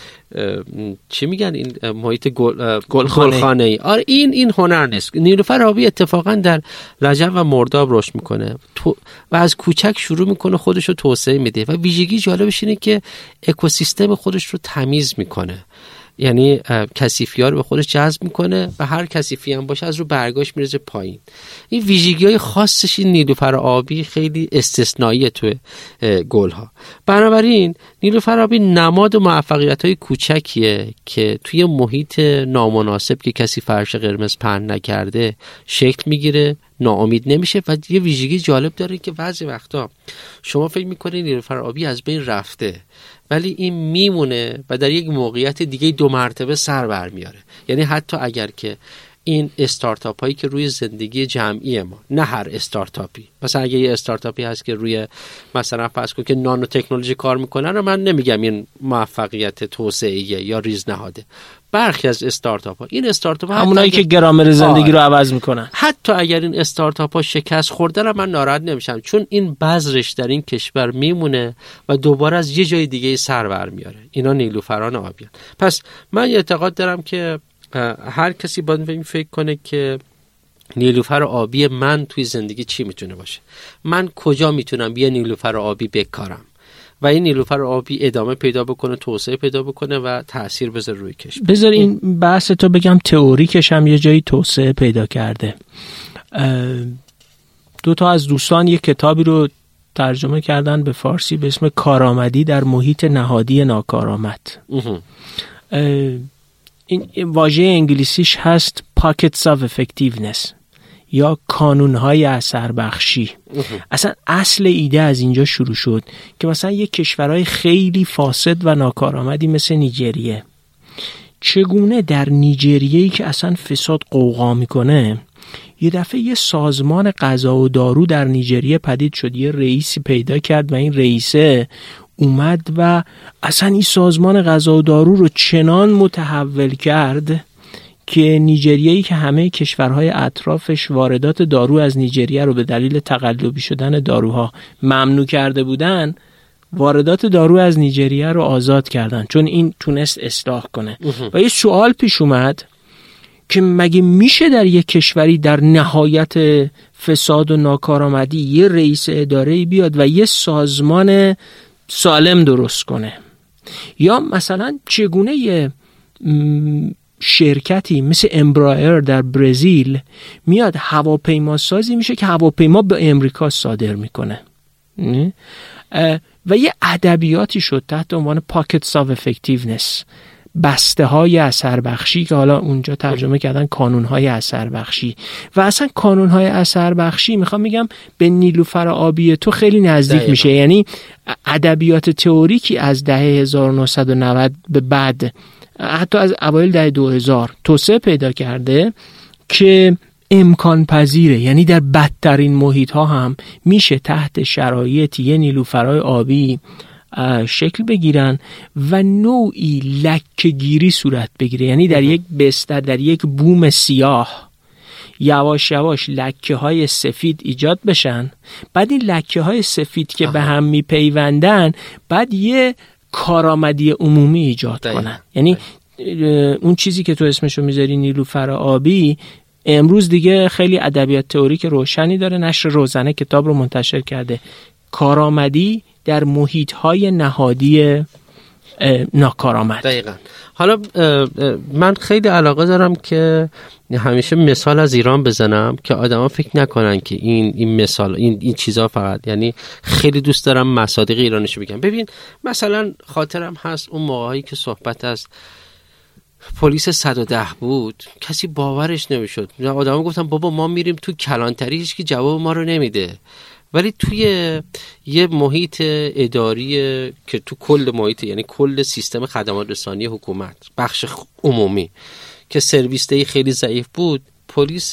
چی میگن این محیط گلخانه ای، آره این هنر نیست. نیلوفر آبی اتفاقا در لجن و مرداب رشد میکنه و از کوچک شروع میکنه خودش رو توسعه میده و ویژگی جالبش اینه که اکوسیستم خودش رو تمیز میکنه. یعنی کثیفی‌ها رو به خودش جذب میکنه و هر کثیفی هم باشه از رو برگاش میرزه پایین. این ویژگی‌های خاصش این نیلوفر آبی خیلی استثنائیه توی گل‌ها. بنابراین نیلوفر آبی نماد موفقیت‌های کوچکیه که توی محیط نامناسب که کسی فرش قرمز پهن نکرده شکل میگیره، ناامید نمیشه و یه ویژگی جالب داره که بعضی وقتا شما فکر میکنید نیلوفر آبی از بین رفته، ولی این میمونه و در یک موقعیت دیگه 2 مرتبه سر برمیاره. یعنی حتی اگر که این استارتاپ هایی که روی زندگی جمعی ما، نه هر استارتاپی، مثلا اگه یه استارتاپی هست که روی مثلا فرض کن که نانو تکنولوژی کار میکنن، من نمیگم این موفقیت توسعه‌ایه یا ریزنهاده. برخی از استارتاپ ها، این استارتاپ ها همونایی که گرامر زندگی رو عوض میکنن، حتی اگر این استارتاپ ها شکست خوردن من ناراحت نمیشم، چون این بذرش در این کشور میمونه و دوباره از یه جای دیگه سر برمیاره. اینا نیلوفران آبیان. پس من اعتقاد دارم که هر کسی باید فکر کنه که نیلوفر آبی من توی زندگی چی میتونه باشه، من کجا میتونم یه نیلوفر آبی بکارم و این نیلوفر آبی ادامه پیدا بکنه، توسعه پیدا بکنه و تأثیر بذاره روی کشور. بذار این بحث تو بگم تئوریکش هم یه جایی توسعه پیدا کرده. 2 تا از دوستان یه کتابی رو ترجمه کردن به فارسی به اسم کارآمدی در محیط نهادی ناکارآمد. این واژه انگلیسیش هست Pockets of Effectiveness یا کانون‌های اثر بخشی. اصلا اصل ایده از اینجا شروع شد که مثلا یک کشورهای خیلی فاسد و ناکارآمدی مثل نیجریه، چگونه در نیجریه‌ای که اصلا فساد قوقا میکنه یه دفعه یه سازمان غذا و دارو در نیجریه پدید شد، یه رئیسی پیدا کرد و این رئیسه اومد و اصلا این سازمان غذا و دارو رو چنان متحول کرد که نیجریه‌ای که همه کشورهای اطرافش واردات دارو از نیجریه رو به دلیل تقلبی شدن داروها ممنوع کرده بودن، واردات دارو از نیجریه رو آزاد کردن چون این تونست اصلاح کنه. و یه سوال پیش اومد که مگه میشه در یک کشوری در نهایت فساد و ناکارآمدی یه رئیس اداره‌ای بیاد و یه سازمان سالم درست کنه؟ یا مثلا چگونه یه شرکتی مثل امبرایر در برزیل میاد هواپیما سازی میشه که هواپیما به امریکا صادر میکنه؟ و یه ادبیاتی شد تحت عنوان Pockets of Effectiveness، بسته های اثر بخشی که حالا اونجا ترجمه کردن کانون های اثر بخشی. و اصلا کانون های اثر بخشی میخوام بگم به نیلوفر آبی تو خیلی نزدیک میشه. یعنی ادبیات تئوریکی از دهه 1990 به بعد، حتی از اوایل دهه 2000 توسعه پیدا کرده که امکان پذیره. یعنی در بدترین محیط ها هم میشه تحت شرایطی یه نیلوفرای آبی شکل بگیرن و نوعی لکه‌گیری صورت بگیره. یعنی در یک بستر، در یک بوم سیاه یواش یواش لکه های سفید ایجاد بشن، بعد این لکه های سفید که به هم میپیوندن بعد یه کارآمدی عمومی ایجاد کنن. یعنی اون چیزی که تو اسمشو میذاری نیلوفر آبی امروز دیگه خیلی ادبیات تئوریک روشنی داره. نشر روزنه کتاب رو منتشر کرده، کارآمدی در محیط‌های نهادی ناکارآمد. دقیقاً. حالا من خیلی علاقه دارم که همیشه مثال از ایران بزنم که آدما فکر نکنن که این مثال این چیزا فقط، یعنی خیلی دوست دارم مصادیق ایرانیشو بگم. ببین مثلا خاطرم هست اون موقعی که صحبت از پلیس 110 بود، کسی باورش نمیشد. آدما گفتن بابا ما میریم تو کلانتری، هیچ کی جواب ما رو نمیده. ولی توی یه محیط اداری که تو کل محیط، یعنی کل سیستم خدمات رسانی حکومت، بخش عمومی که سرویس دهی خیلی ضعیف بود، پلیس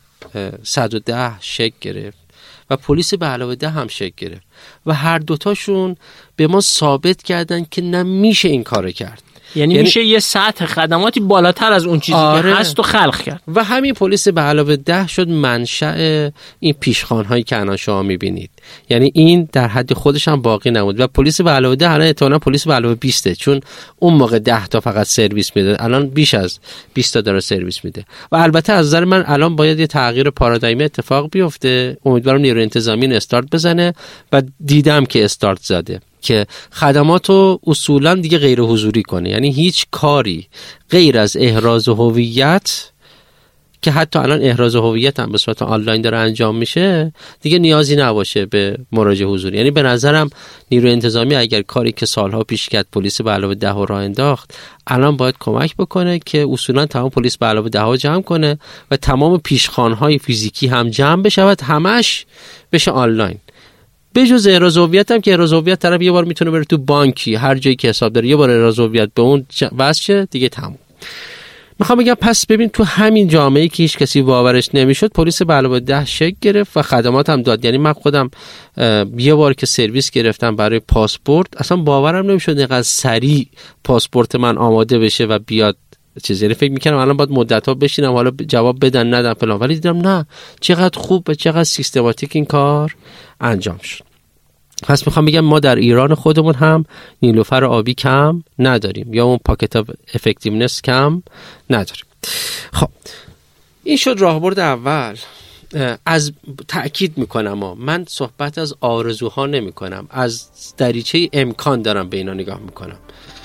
110 شکل گرفت و پلیس به علاوه 10 هم شکل گرفت و هر دوتاشون به ما ثابت کردن که نمیشه این کارو کرد. یعنی میشه یه سطح خدماتی بالاتر از اون چیزی که هست و خلق کرد. و همین پلیس به علاوه 10 شد منشأ این پیشخوان‌هایی که الان شما می‌بینید. یعنی این در حد خودش هم باقی نموند و پلیس به علاوه 10 الان احتمالاً پلیس به علاوه 20، چون اون موقع 10 تا فقط سرویس میده، الان بیش از 20 تا داره سرویس میده. و البته از نظر من الان باید یه تغییر پارادایمی اتفاق بیفته. امیدوارم نیروی انتظامی استارت بزنه و دیدم که استارت زده که خدماتو اصولا دیگه غیر حضوری کنه. یعنی هیچ کاری غیر از احراز هویت، که حتی الان احراز هویت هم به صورت آنلاین داره انجام میشه، دیگه نیازی نباشه به مراجعه حضوری. یعنی به نظرم نیروی انتظامی اگر کاری که سالها پیش کرد پلیس به علاوه 10 راه انداخت، الان باید کمک بکنه که اصولا تمام پلیس به علاوه 10 جمع کنه و تمام پیشخوان‌های فیزیکی هم جمع بشه، همش بشه آنلاین. به جز احراز هویت هم که احراز هویت طرف یه بار میتونه بره تو بانکی، هر جایی که حساب داره یه بار احراز هویت به اون واسه دیگه تموم. میخوام بگم پس ببین تو همین جامعه‌ای که هیچ کسی باورش نمیشد، پلیس به علاوه 10 شکل گرفت و خدمات هم داد. یعنی من خودم یه بار که سرویس گرفتم برای پاسپورت، اصلا باورم نمیشد اینقدر سریع پاسپورت من آماده بشه و بیاد چیزی. یعنی فکر میکنم الان باید مدت‌ها بشینم حالا جواب بدن ندن فلان، ولی دیدم نه، چقدر خوب و چقدر سیستماتیک این کار انجام شد. پس میخوام بگم ما در ایران خودمون هم نیلوفر آبی کم نداریم یا اون پاکت اف افکتیونس کم نداریم. خب این شد راهبرد اول. از تأکید میکنم من صحبت از آرزوها نمی کنم، از دریچه امکان دارم به اینا نگاه میکنم.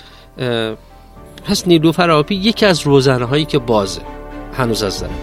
پس نیلوفر آبی یکی از روزنهایی که بازه هنوز از دارم.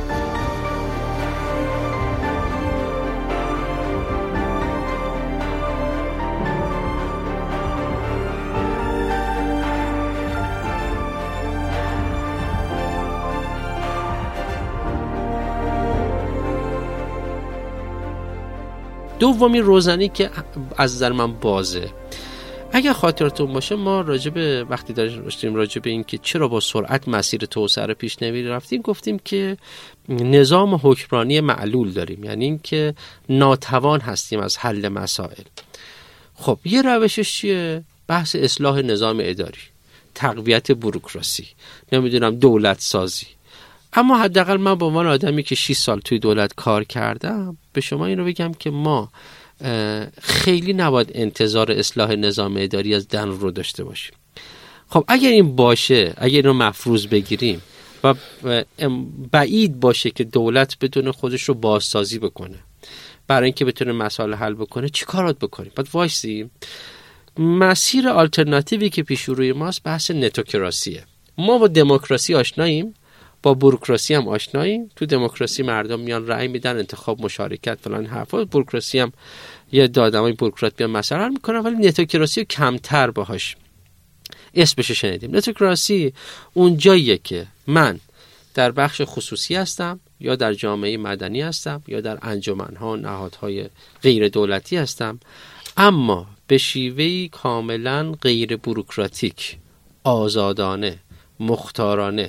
دومی روزنی که از نظر من بازه، اگر خاطرتون باشه ما راجب وقتی داشتیم راجب این که چرا با سرعت مسیر توسعه رو پیش نمی رفتیم، گفتیم که نظام حکمرانی معلول داریم، یعنی این که ناتوان هستیم از حل مسائل. خب یه روشش چیه؟ بحث اصلاح نظام اداری، تقویت بوروکراسی، نمیدونم دولت سازی. اما حداقل من به عنوان آدمی که 6 سال توی دولت کار کردم به شما این رو بگم که ما خیلی نباید انتظار اصلاح نظام اداری از دن رو داشته باشیم. خب اگر این باشه، اگر این رو مفروض بگیریم و بعید باشه که دولت بتونه خودش رو بازسازی بکنه برای اینکه بتونه مسائل حل بکنه، چی کارات بکنیم؟ باید وایسیم. مسیر آلترناتیوی که پیش روی ماست بحث نتوکراسیه. ما با دموکراسی آشناییم، با بوروکراسی هم آشناییم. تو دموکراسی مردم میان رأی میدن، انتخاب، مشارکت فلان حرفا. بوروکراسی هم یه دادمای بوروکرات میان مسئله حل میکنن، ولی نتوکراسی کمتر باهاش اسمش شنیدیم. نتوکراسی اون جاییه که من در بخش خصوصی هستم یا در جامعه مدنی هستم یا در انجمن‌ها، نهادهای غیر دولتی هستم، اما به شیوهی کاملا غیر بوروکراتیک، آزادانه، مختارانه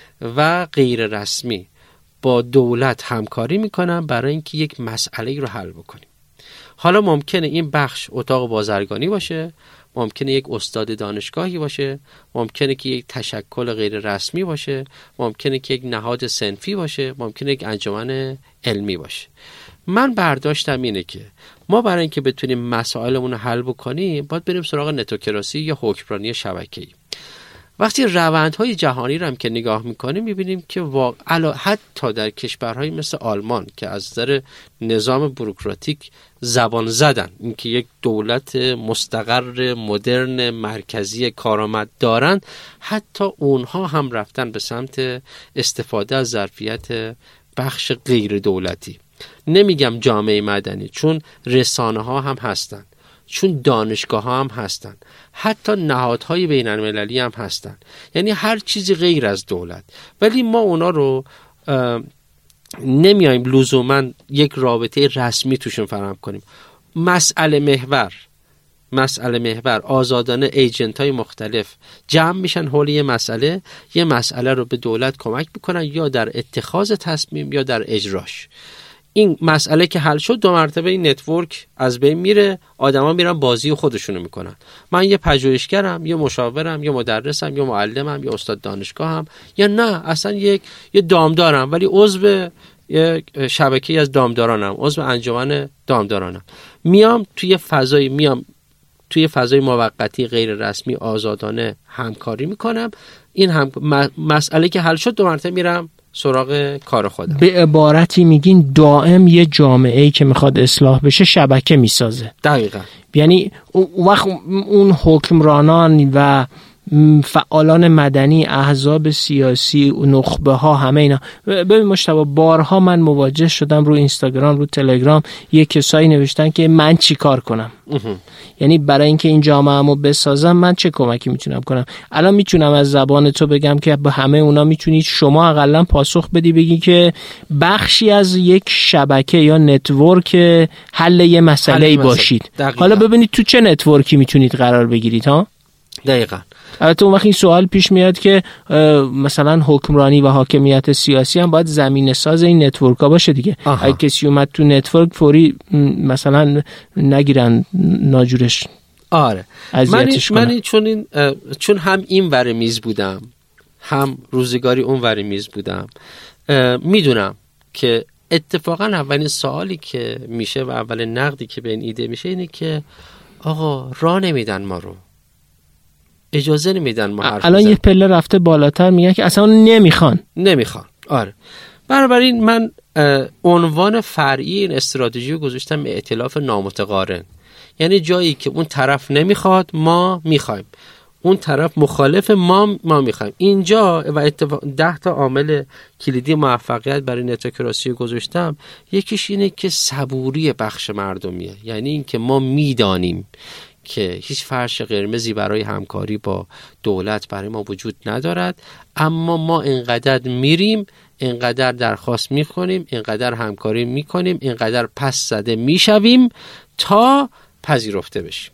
و غیر رسمی با دولت همکاری میکنم برای اینکه یک مسئله رو حل بکنیم. حالا ممکنه این بخش اتاق بازرگانی باشه، ممکنه یک استاد دانشگاهی باشه، ممکنه که یک تشکل غیر رسمی باشه، ممکنه که یک نهاد صنفی باشه، ممکنه یک انجمن علمی باشه. من برداشتم اینه که ما برای اینکه بتونیم مسائلمون رو حل بکنیم باید بریم سراغ نتوکراسی یا حکمرانی شبکه‌ای. وقتی روندهای جهانی رو هم که نگاه میکنیم میبینیم که حتی در کشورهای مثل آلمان که از نظر نظام بوروکراتیک زبان زدن، اینکه یک دولت مستقر مدرن مرکزی کارآمد دارن، حتی اونها هم رفتن به سمت استفاده از ظرفیت بخش غیر دولتی. نمیگم جامعه مدنی، چون رسانه ها هم هستن، چون دانشگاه ها هم هستن، حتی نهادهای بین المللی هم هستن، یعنی هر چیزی غیر از دولت. ولی ما اونا رو نمیایم لزوما یک رابطه رسمی توشون فراهم کنیم. مسئله محور آزادانه ایجنت های مختلف جمع میشن حول یه مسئله رو به دولت کمک میکنن، یا در اتخاذ تصمیم یا در اجراش. این مسئله که حل شد 2 مرتبه این نتورک از بین میره، آدما میرن بازی خودشونو میکنن. من یه پژوهشگرم، یه مشاورم، یه مدرسم، یه معلمم، یه استاد دانشگاهم، یا نه اصلا یه دامدارم ولی عضو یه شبکه‌ای از دامدارانم، عضو انجمن دامدارانم. میام توی فضای موقتی غیر رسمی آزادانه همکاری میکنم. این مسئله که حل شد 2 مرتبه میرم سراغ کار خودم. به عبارتی میگین دائم یه جامعه‌ای که میخواد اصلاح بشه شبکه میسازه. دقیقاً. یعنی وقت اون حکمرانان و فعالان مدنی، احزاب سیاسی، نخبه ها، همه اینا. ببین مجتبی، بارها من مواجه شدم رو اینستاگرام، رو تلگرام، یه کسایی نوشتن که من چی کار کنم. یعنی برای اینکه این جامعه‌مو بسازم من چه کمکی میتونم کنم. الان میتونم از زبان تو بگم که به همه اونا میتونید شما حداقل پاسخ بدی، بگی که بخشی از یک شبکه یا نتورک حل یه مسئله‌ای باشید. حالا ببینید تو چه نتورکی میتونید قرار بگیرید ها؟ دقیقاً. البته اون وقت این سوال پیش میاد که مثلا حکمرانی و حاکمیت سیاسی هم باید زمینه ساز این نتورک ها باشه دیگه. اگه کسی اومد تو نتورک فوری مثلا نگیرن ناجورش. آره. من چون هم این ور میز بودم، هم روزگاری اون ور میز بودم، میدونم که اتفاقا اولین سوالی که میشه و اولین نقدی که به این ایده میشه اینه که آقا راه نمیدن ما رو، اجازه نمیدن ما حرف الان یه پله رفته بالاتر، میگن که اصلا نمیخوان. آره. بنابراین من عنوان فرعی این استراتژی رو گذاشتم ائتلاف نامتقارن. یعنی جایی که اون طرف نمیخواد ما میخوایم، اون طرف مخالف ما میخوایم. اینجا و 10 تا عامل کلیدی موفقیت برای نتوکراسی گذاشتم. یکیش اینه که صبوری بخش مردمیه، یعنی این که ما میدانیم که هیچ فرش قرمزی برای همکاری با دولت برای ما وجود ندارد، اما ما اینقدر میریم، اینقدر درخواست میکنیم، اینقدر همکاری میکنیم، اینقدر پس زده میشویم تا پذیرفته بشیم.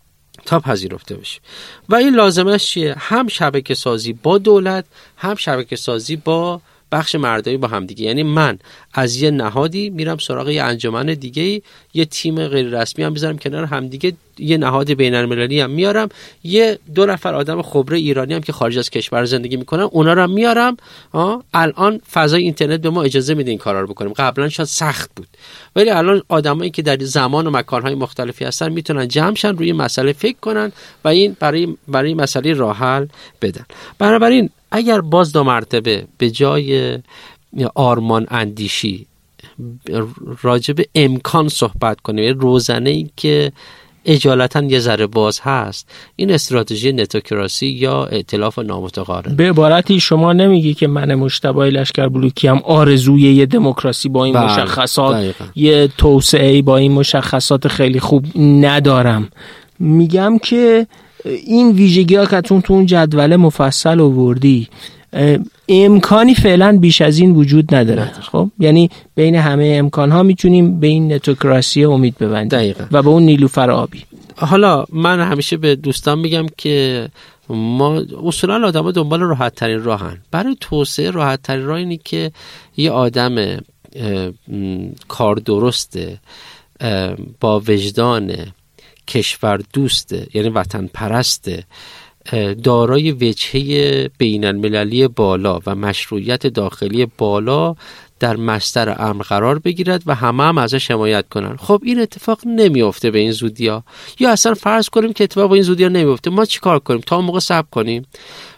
و این لازمش چیه؟ هم شبکه سازی با دولت، هم شبکه سازی با بخش مردمی با هم دیگه. یعنی من از یه نهادی میرم سراغ یه انجمن دیگه، یه تیم غیر رسمی هم میذارم کنار هم دیگه، یه نهاد بین المللی هم میارم، یه 2 نفر آدم خبره ایرانی هم که خارج از کشور زندگی میکنن اونا رو هم میارم. الان فضای اینترنت به ما اجازه میده این کارا رو بکنیم. قبلا شاید سخت بود، ولی الان آدمایی که در زمان و مکانهای مختلفی هستن میتونن جمع شن، روی مسئله فکر کنن و این برای مسئله راه حل بدن. بنابراین اگر باز 2 مرتبه به جای آرمان اندیشی راجع به امکان صحبت کنیم، روزنه‌ای که اجالتا یه ذره باز هست، این استراتژی نتوکراسی یا ائتلاف نامتقارن. به عبارتی شما نمیگی که من مجتبی لشکربلوکی هم آرزوی یه دموکراسی با این مشخصات، یه توسعه با این مشخصات خیلی خوب ندارم. میگم که این ویژگی‌ها که تو اون جدول مفصل آوردی امکانی فعلا بیش از این وجود نداره. خب یعنی بین همه امکان‌ها میتونیم به این نتوکراسی امید ببندیم. دقیقا. و به اون نیلوفر آبی. حالا من همیشه به دوستان میگم که ما اصولا آدم‌ها دنبال راحت ترین راهن. برای توسعه راحت ترین راه اینه که یه آدم کار درسته، با وجدان کشور دوسته، یعنی وطن پرسته، دارای وجهه بین المللی بالا و مشروعیت داخلی بالا در مصدر امر قرار بگیرد و همه ازش حمایت کنن. خب این اتفاق نمیفته به این زودی‌ها، یا اصلا فرض کنیم که اتفاق به این زودی‌ها نمیفته، ما چیکار کنیم؟ تا اون موقع صبر کنیم؟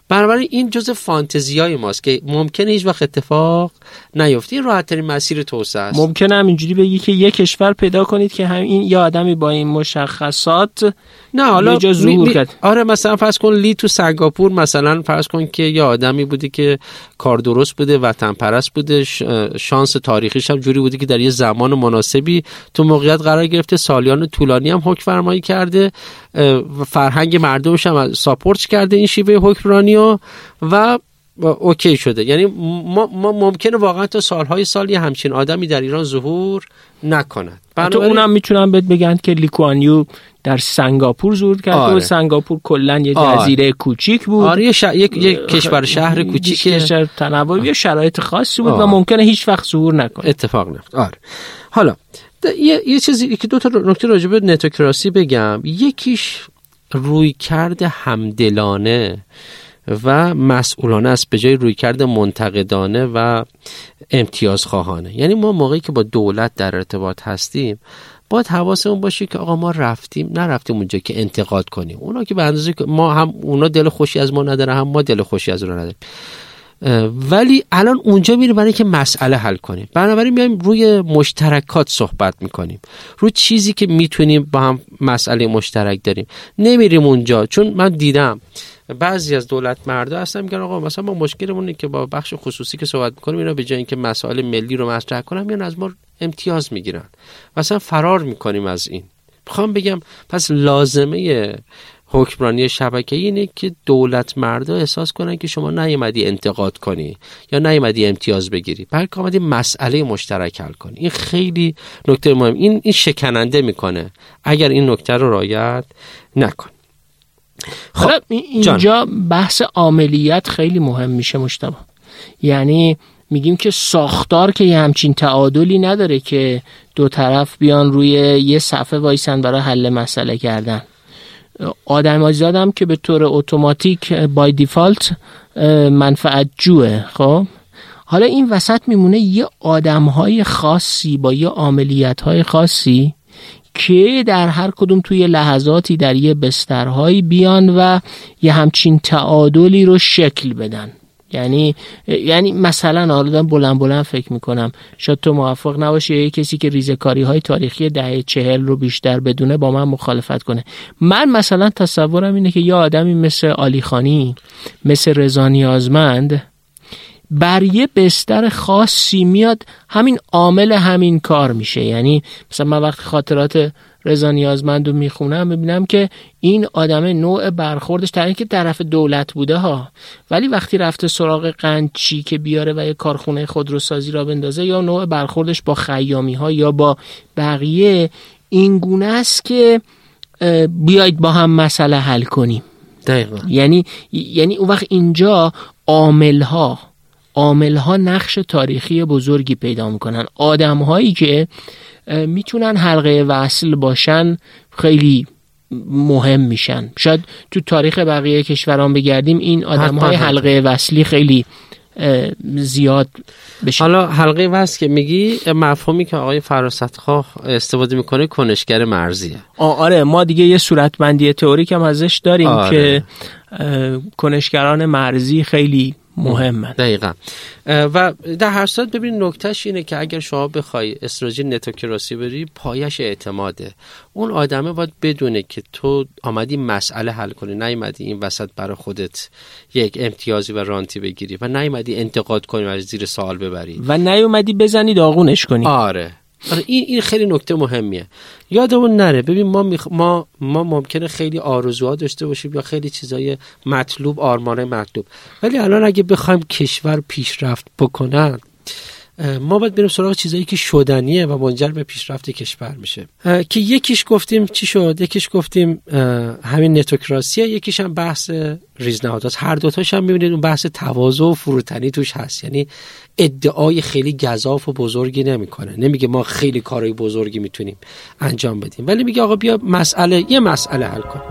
بنابراین این جزء فانتزیای ماست که ممکنه هیچ وقت اتفاق نیفته. این راحت ترین مسیر توسعه است. ممکنه هم اینجوری بگی که یک کشور پیدا کنید که همین یه آدمی با این مشخصات نه حالا یه جا ظهور کرد. آره مثلا فرض کن لی تو سنگاپور مثلا فرض کن که یه آدمی بوده که کار درست بوده، وطن پرست بوده، شانس تاریخیش هم جوری بوده که در یه زمان مناسبی تو موقعیت قرار گرفته، سالیان طولانی هم حکم فرمایی کرده، فرهنگ مردمش هم ساپورت کرده این شیوه حکمرانی و اوکی شده. یعنی ما ممکنه واقعا تا سالهای سال یه همچین آدمی در ایران ظهور نکند. تو اونم میتونم بهت بگن که لی کوان یو در سنگاپور ظهور کرد. و سنگاپور کلا یه جزیره کوچیک بود. آره یک کشور شهر کوچیکه، کشور تنوعی، یه شرایط خاصی بود و ممکنه هیچ وقت ظهور نکنه. اتفاق نیفت. آره. حالا یه چیزی که دو تا نکته راجع به نتوکراسی بگم. یکیش رویکرد همدلانه و مسئولانه است به جای رویکرد منتقدانه و امتیازخواهانه. یعنی ما موقعی که با دولت در ارتباط هستیم باید حواسمون باشه که آقا ما نرفتیم اونجا که انتقاد کنیم. اونا که به اندازه که ما هم اونا دل خوشی از ما نداره، هم ما دل خوشی از اونا نداریم، ولی الان اونجا میریم برای که مسئله حل کنیم. بنابراین میایم روی مشترکات صحبت میکنیم، روی چیزی که میتونیم با هم مسئله مشترک داریم. نمیریم اونجا، چون من دیدم بعضی از دولت مردا هستن میگن آقا مثلا ما مشکلمون اینه که با بخش خصوصی که صحبت میکنیم اینا به جای اینکه مسائل ملی رو مطرح کنن میان از ما امتیاز میگیرن، مثلا فرار میکنیم از این. میخوام بگم پس لازمه حکمرانی شبکه‌ای اینه که دولت مردا احساس کنن که شما نیومدی انتقاد کنی یا نیومدی امتیاز بگیری، بلکه اومدی مسئله مشترک حل کنی. این خیلی نکته مهم. این شکننده میکنه اگر این نکته رو رعایت نکن. خب اینجا بحث عاملیت خیلی مهم میشه مجتبی. یعنی میگیم که ساختار که یه همچین تعادلی نداره که دو طرف بیان روی یه صفحه وایسن برای حل مسئله کردن. آدم زادم که به طور اتوماتیک بای دیفالت منفعت جوه. خب حالا این وسط میمونه یه آدمهای خاصی با یه عملیاتهای خاصی که در هر کدوم توی لحظاتی در یه بسترهایی بیان و یه همچین تعادلی رو شکل بدن. یعنی مثلا آردم بلند فکر میکنم، شاید تو موافق نباشی یه کسی که ریزکاری های تاریخی دهه 40 رو بیشتر بدونه با من مخالفت کنه. من مثلا تصورم اینه که یه آدمی مثل علی خانی، مثل رضا نیازمند بر یه بستر خاصی میاد، همین عامل همین کار میشه. یعنی مثلا من وقتی خاطرات رضا نیازمند رو میخونم میبینم که این آدم نوع برخوردش در اینکه طرف دولت بوده ها، ولی وقتی رفته سراغ قنچی که بیاره و یه کارخونه خودروسازی را بندازه، یا نوع برخوردش با خیامی ها یا با بقیه این گونه است که بیایید با هم مسئله حل کنیم. دقیقا. یعنی اون وقت اینجا عامل‌ها نقش تاریخی بزرگی پیدا میکنن. آدم‌هایی که میتونن حلقه وصل باشن خیلی مهم میشن. شاید تو تاریخ بقیه کشوران بگردیم این آدم‌های حلقه وصلی خیلی زیاد بشه. حالا حلقه وصل که میگی مفهومی که آقای فراستخواه استفاده میکنه کنشگر مرزیه. آره ما دیگه یه صورتبندی تئوریک هم ازش داریم که کنشگران مرزی خیلی مهمه. دقیقاً. و در هر صورت ببین نکتهش اینه که اگر شما بخوای استراتژی نتوکراسی بری، پایش اعتماده. اون آدمه باید بدونه که تو آمدی مسئله حل کنی، نیومدی این وسط برای خودت یک امتیازی و رانتی بگیری و نیومدی انتقاد کنی و زیر سوال ببری و نیومدی بزنی داغونش کنی. آره این خیلی نکته مهمیه. یادمون نره. ببین ما ممکنه خیلی آرزوها داشته باشیم یا خیلی چیزای مطلوب، آرمانه مطلوب، ولی الان اگه بخوایم کشور پیشرفت بکنن ما باید بریم سراغ چیزایی که شدنیه و منجر به پیشرفت کشور میشه. که یکیش گفتیم چی شد، یکیش گفتیم همین نتوکراسیه، یکیش هم بحث ریزنهادات. هر دوتاش هم میبینید اون بحث تواضع و فروتنی توش هست. یعنی ادعای خیلی گزاف و بزرگی نمیکنه، نمیگه ما خیلی کارهای بزرگی میتونیم انجام بدیم، ولی میگه آقا بیا یه مسئله حل کنیم.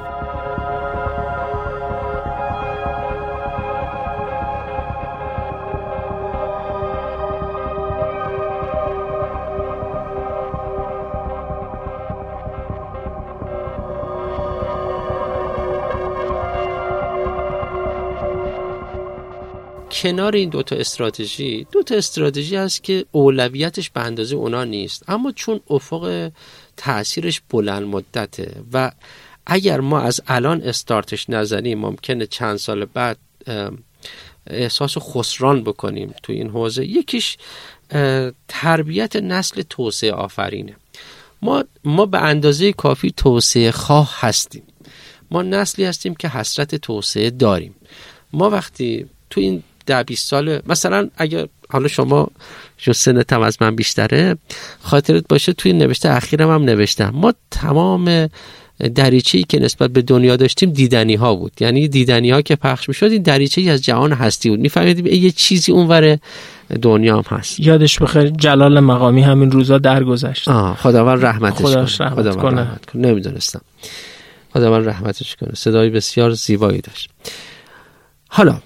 کنار این دوتا استراتژی هست که اولویتش به اندازه اونا نیست، اما چون افق تأثیرش بلند مدته و اگر ما از الان استارتش نزنیم ممکنه چند سال بعد احساس خسران بکنیم تو این حوزه. یکیش تربیت نسل توسعه آفرینه. ما به اندازه کافی توسعه خواه هستیم، ما نسلی هستیم که حسرت توسعه داریم. ما وقتی تو این 10-20 سال مثلا، اگر حالا شما جو سنتم از من بیشتره خاطرت باشه توی نوشته اخیرم هم نوشتم، ما تمام دریچه‌ای که نسبت به دنیا داشتیم دیدنی ها بود. یعنی دیدنی ها که پخش میشد این دریچه‌ای از جهان هستی بود، میفهمیدیم یه چیزی اونور دنیا هم هست. یادش بخیر جلال مقامی همین روزا درگذشت. خداوند رحمتش کنه. نمیدونستم. خداوند رحمتش کنه. صدای بسیار زیبایی داشت. حالا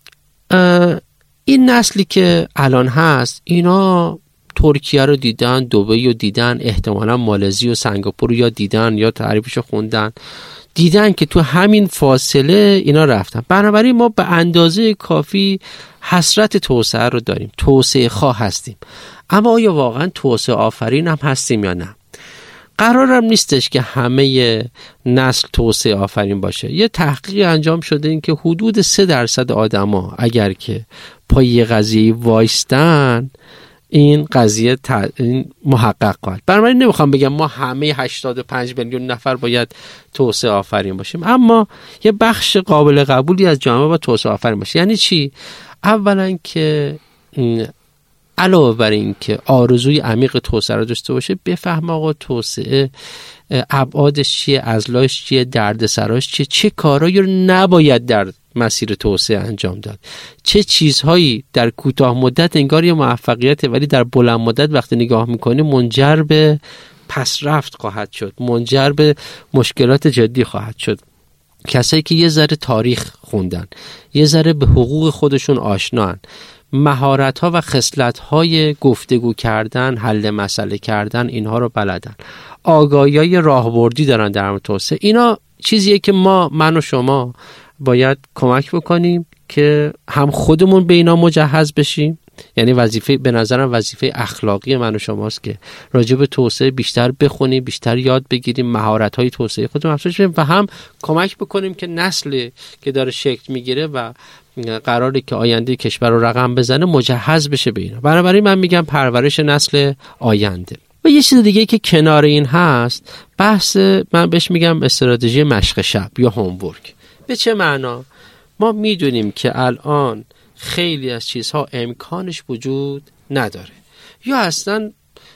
این نسلی که الان هست اینا ترکیه رو دیدن، دبی رو دیدن، احتمالا مالزی و سنگاپور رو یا دیدن یا تعریفش رو خوندن، دیدن که تو همین فاصله اینا رفتن. بنابراین ما به اندازه کافی حسرت توسعه رو داریم، توسعه خواه هستیم، اما آیا واقعا توسعه آفرین هم هستیم یا نه؟ قرارم نیستش که همه نسل توسعه آفرین باشه. یه تحقیق انجام شده این که حدود 3% آدما اگر که پای یه قضیه وایستن این قضیه این محقق خواهد. بنابراین نمیخوام بگم ما همه 85 میلیون نفر باید توسعه آفرین باشیم، اما یه بخش قابل قبولی از جامعه باید توسعه آفرین باشه. یعنی چی؟ اولا که علاوه بر این که آرزوی عمیق توسعه رو داشته باشه، بفهم آقا توسعه ابعادش چیه، ازلاش چیه، دردسراش چیه، چه کارهایی رو نباید در مسیر توسعه انجام داد، چه چیزهایی در کوتاه مدت انگار یه موفقیته ولی در بلند مدت وقتی نگاه میکنی منجر به پسرفت خواهد شد، منجر به مشکلات جدی خواهد شد. کسایی که یه ذره تاریخ خوندن، یه ذره به حقوق خودشون آشنان، مهارت‌ها و خصلت‌های گفتگو کردن، حل مسئله کردن، اینها رو بلدن، آگاهی‌های راهبردی دارن در مورد توسعه، اینا چیزیه که من و شما باید کمک بکنیم که هم خودمون به اینا مجهز بشیم. یعنی وظیفه، به نظرم وظیفه اخلاقی من و شماست که راجع به توسعه بیشتر بخونیم، بیشتر یاد بگیریم، مهارت‌های توسعه خودمون افزایش بدیم و هم کمک بکنیم که نسلی که داره شکل میگیره و قراره که آینده کشور رو رقم بزنه مجهز بشه به اینا. بنابراین من میگم پرورش نسل آینده. و یه چیز دیگه که کنار این هست، بحث من بهش میگم استراتژی مشق شب یا هومورک. به چه معنا؟ ما میدونیم که الان خیلی از چیزها امکانش وجود نداره یا اصلا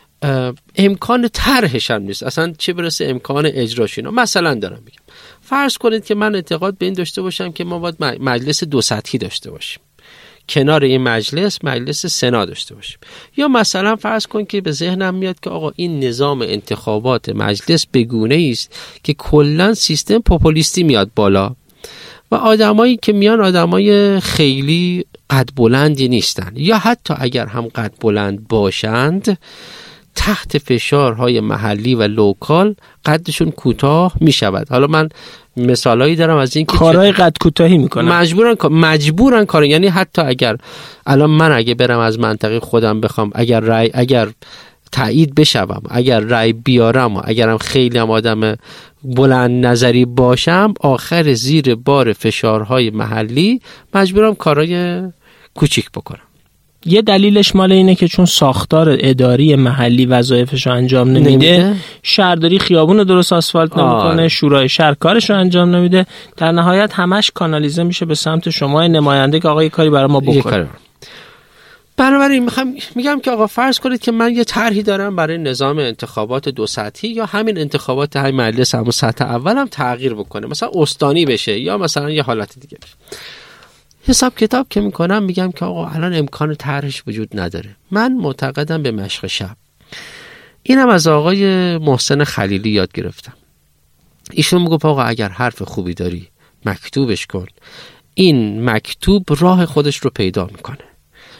امکان طرحش هم نیست، اصلا چه برسه امکان اجراش. اینا مثلا دارم میگم، فرض کنید که من اعتقاد به این داشته باشم که ما باید مجلس 2 سطحی داشته باشیم، کنار این مجلس سنا داشته باشیم. یا مثلا فرض کن که به ذهنم میاد که آقا این نظام انتخابات مجلس به گونه‌ای است که کلا سیستم پوپولیستی میاد بالا و آدمایی که میان آدمای خیلی قد بلندی نیستن، یا حتی اگر هم قد بلند باشند تحت فشارهای محلی و لوکال قدشون کوتاه میشود. حالا من مثالایی دارم از این که کارهای قد کوتاهی میکنن، مجبورن کار. یعنی حتی اگر الان من اگه برم از منطقه خودم بخوام اگر تایید بشوم، اگر رای بیارم و اگرم خیلی هم آدم بلند نظری باشم، آخر زیر بار فشارهای محلی مجبورم کارهای کوچیک بکنم. یه دلیلش مال اینه که چون ساختار اداری محلی وظایفش رو انجام نمیده، شهرداری خیابون رو درست آسفالت نمیکنه، شورای شهر کارش رو انجام نمیده، در نهایت همش کانالیزه میشه به سمت شما نماینده که آقا یه کاری برای ما بکنه. بنابراین میگم که آقا فرض کنید که من یه طرحی دارم برای نظام انتخابات 2 سطحی، یا همین انتخابات های مجلس همون سطح اول هم تغییر بکنه، مثلا استانی بشه یا مثلا یه حالت دیگه بشه. حساب کتاب که میکنم میگم که آقا الان امکان طرحش وجود نداره. من معتقدم به مشق شب. اینم از آقای محسن خلیلی یاد گرفتم. ایشون میگه آقا اگر حرف خوبی داری مکتوبش کن، این مکتوب راه خودش رو پیدا میکنه.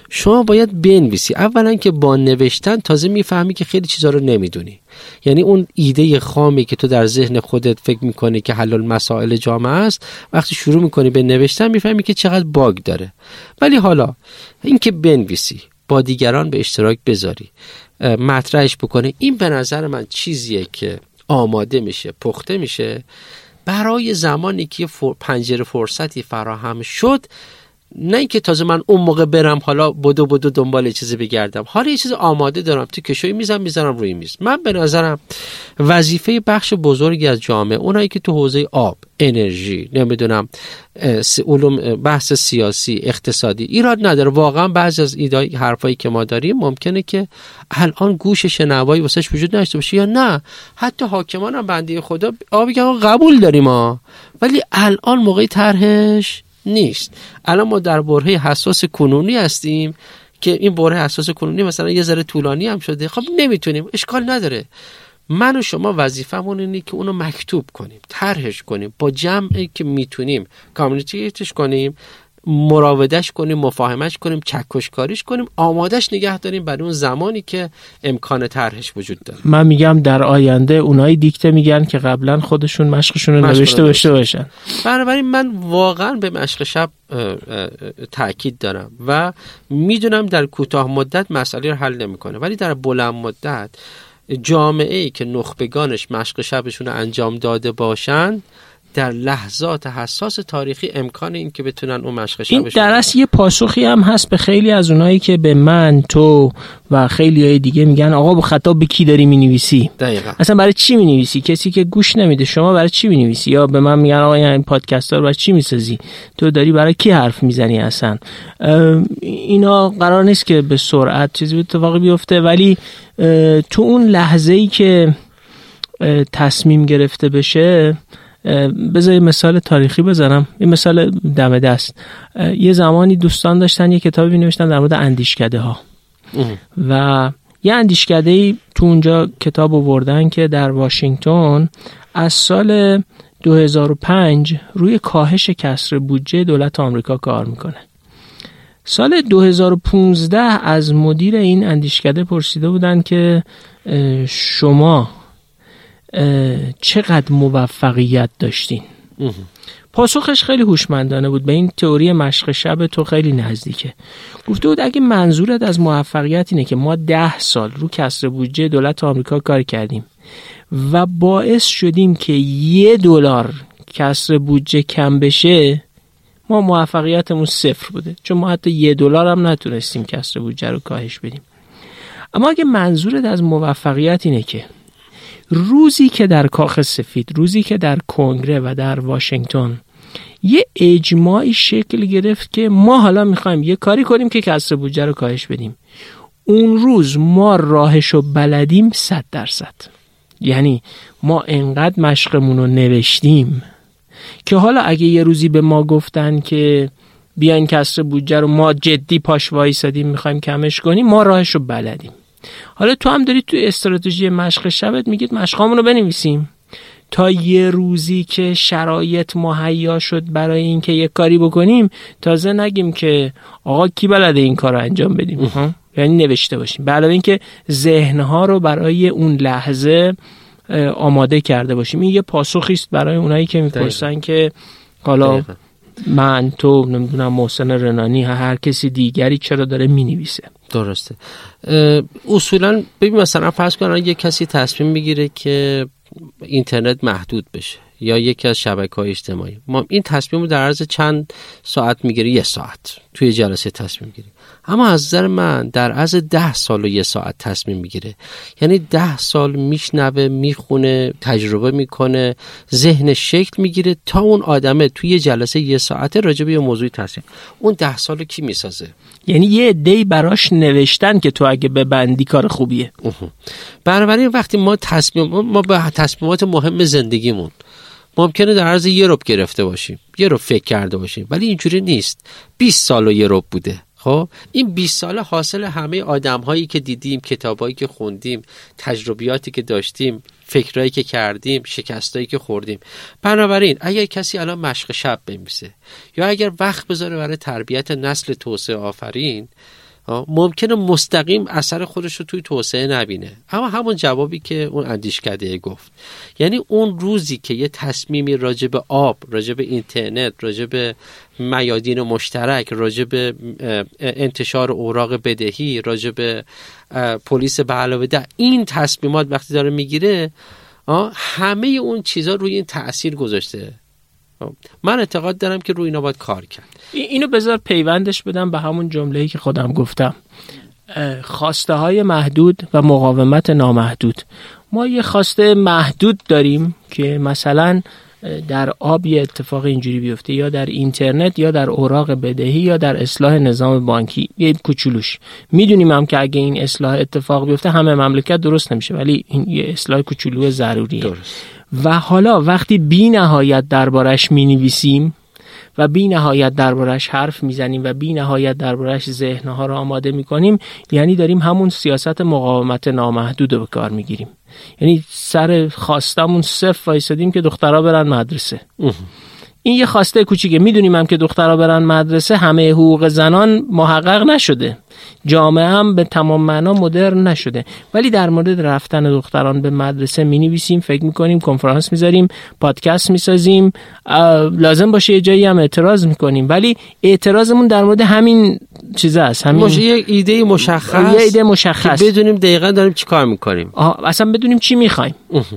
شما باید بنویسی. اولا که با نوشتن تازه میفهمی که خیلی چیزا رو نمیدونی. یعنی اون ایده خامی که تو در ذهن خودت فکر میکنی که حل المسائل جامعه است، وقتی شروع میکنی به نوشتن میفهمی که چقدر باگ داره. ولی حالا این که بنویسی، با دیگران به اشتراک بذاری، مطرحش بکنه، این به نظر من چیزیه که آماده میشه، پخته میشه برای زمانی که پنجره فرصتی فراهم شد. نه اینکه تازه من اون موقع برم حالا بدو دنبال چیزی بگردم، حالا یه چیز آماده دارم تو کشوی میذارم روی میز. من به نظرم وظیفه بخش بزرگی از جامعه، اونایی که تو حوزه آب، انرژی، نمیدونم علوم، بحث سیاسی، اقتصادی، ایراد نداره. واقعا بعضی از ایده حرفایی که ما داریم ممکنه که الان گوش شنوایی واسش وجود نداشته باشه، یا نه حتی حاکمان هم بنده خدا آبی قبول داریم ما، ولی الان موقع طرحش نیست. الان ما در برهه حساس کنونی هستیم که این برهه حساس کنونی مثلا یه ذره طولانی هم شده. خب نمیتونیم، اشکال نداره. من و شما وظیفمون اینه که اونو مکتوب کنیم، طرحش کنیم، با جمعی که میتونیم کامیونیکیتش کنیم، مراودش کنیم، مفاهمش کنیم، چکشکاریش کنیم، آمادش نگه داریم برای اون زمانی که امکان طرحش وجود داره. من میگم در آینده اونایی دیکته میگن که قبلا خودشون مشقشون رو نوشته باشن. بنابراین من واقعا به مشق شب تأکید دارم و میدونم در کوتاه مدت مسئله رو حل نمیکنه، ولی در بلند مدت جامعه‌ای که نخبگانش مشق شبشون رو انجام داده باشن، در لحظات حساس تاریخی امکان این که بتونن اون مشق شبشون. این در اصل یه پاسخی هم هست به خیلی از اونایی که به من، تو و خیلی های دیگه میگن آقا با خطاب به کی داری مینویسی؟ دقیقاً. اصلا برای چی مینویسی؟ کسی که گوش نمیده شما برای چی مینویسی؟ یا به من میگن آقا این پادکست رو برای چی میسازی؟ تو داری برای کی حرف میزنی اصلا؟ اینا قرار نیست که به سرعت چیزی اتفاقی بیفته، ولی تو اون لحظه‌ای که تصمیم گرفته بشه، بذار یه مثال تاریخی بزنم، یه مثال دم دست. یه زمانی دوستان داشتن یه کتابی نوشتن در مورد اندیشکده ها و یه اندیشکده‌ای تو اونجا کتاب آوردن که در واشنگتن از سال 2005 روی کاهش کسر بودجه دولت آمریکا کار میکنه. سال 2015 از مدیر این اندیشکده پرسیده بودن که شما چقدر موفقیت داشتین؟ پاسخش خیلی هوشمندانه بود، به این تئوری مشق شب تو خیلی نزدیکه. گفته بود اگه منظورت از موفقیت اینه که ما 10 سال رو کسر بودجه دولت آمریکا کار کردیم و باعث شدیم که $1 کسر بودجه کم بشه، ما موفقیتمون 0 بوده، چون ما حتی $1 هم نتونستیم کسر بودجه رو کاهش بدیم. اما اگه منظورت از موفقیت اینه که روزی که در کاخ سفید، روزی که در کنگره و در واشنگتن یه اجماعی شکل گرفت که ما حالا میخوایم یه کاری کنیم که کسر بودجه رو کاهش بدیم، اون روز ما راهشو بلدیم 100%. یعنی ما انقدر مشقمون رو نوشتیم که حالا اگه یه روزی به ما گفتن که بیاین کسر بودجه رو ما جدی پاش وایسادیم میخوایم کمش کنیم، ما راهشو بلدیم. حالا تو هم داری تو استراتژی مشق شبت میگید مشقامون رو بنویسیم تا یه روزی که شرایط مهیا شد برای این که یک کاری بکنیم، تازه نگیم که آقا کی بلده این کار رو انجام بدیم، یعنی نوشته باشیم. به علاوه این که ذهنها رو برای اون لحظه آماده کرده باشیم. این یه پاسخی است برای اونایی که میپرسن که حالا من، تو، نمیدونم محسن رنانی، هر کسی دیگری چرا داره مینویسه. درسته. اصولا ببین مثلا فرض کن یه کسی تصمیم میگیره که اینترنت محدود بشه یا یکی از شبکه‌های اجتماعی، ما این تصمیم رو در عرض چند ساعت میگیره، 1 ساعت توی جلسه تصمیم گیری. اما از نظر من در عرض 10 سال و 1 ساعت تصمیم میگیره. یعنی 10 سال میشنوه، میخونه، تجربه میکنه، ذهن شکل میگیره تا اون آدمه توی جلسه 1 ساعته راجع به یه موضوعی تصمیم. اون 10 سالو کی میسازه؟ یعنی یه عده‌ای براش نوشتن که تو اگه ببندی کار خوبیه. بنابراین وقتی ما به تصمیمات مهم زندگیمون ممکنه در عرض 1 ربع گرفته باشیم، 1 ربع فکر کرده باشیم، ولی اینجوری نیست. 20 سال و 1 ربع بوده. خب این 20 سال حاصل همه آدم‌هایی که دیدیم، کتابایی که خوندیم، تجربیاتی که داشتیم، فکرایی که کردیم، شکستایی که خوردیم. بنابراین اگر کسی الان مشق شب بنویسه یا اگر وقت بذاره برای تربیت نسل توسعه آفرین، ممکنه مستقیم اثر خودش رو توی توسعه نبینه، اما همون جوابی که اون اندیشکده گفت، یعنی اون روزی که یه تصمیمی راجع به آب، راجع به اینترنت، راجع به میادین مشترک، راجع به انتشار اوراق بدهی، راجع به پلیس به علاوه ده، این تصمیمات وقتی داره میگیره، همه اون چیزا روی این تأثیر گذاشته. من اعتقاد دارم که روی اینا باید کار کرد. اینو بذار پیوندش بدم به همون جمله‌ای که خودم گفتم، خواسته های محدود و مقاومت نامحدود. ما یه خواسته محدود داریم که مثلا در آب یه اتفاق اینجوری بیفته، یا در اینترنت، یا در اوراق بدهی، یا در اصلاح نظام بانکی، یه کوچولوش. میدونیم هم که اگه این اصلاح اتفاق بیفته همه مملکت درست نمیشه، ولی این یه اصلاح کوچولو ضروریه. درست. و حالا وقتی بی نهایت دربارش می نویسیم و بی نهایت دربارش حرف می زنیم و بی نهایت دربارش ذهنها را آماده می کنیم، یعنی داریم همون سیاست مقاومت نامحدود رو به کار می گیریم. یعنی سر خواستمون صفر وایسادیم که دخترها برن مدرسه. این یه خواسته کوچیکه. میدونیم هم که دخترها برن مدرسه همه حقوق زنان محقق نشده، جامعه هم به تمام معنا مدرن نشده، ولی در مورد رفتن دختران به مدرسه می‌نویسیم، فکر می‌کنیم، کنفرانس می‌ذاریم، پادکست می‌سازیم، لازم باشه یه جایی هم اعتراض می‌کنیم، ولی اعتراضمون در مورد همین چیزا است، همین یه ایده مشخص، یه ایده مشخص که بدونیم دقیقاً داریم چیکار می‌کنیم، اصلا بدونیم چی می‌خوایم.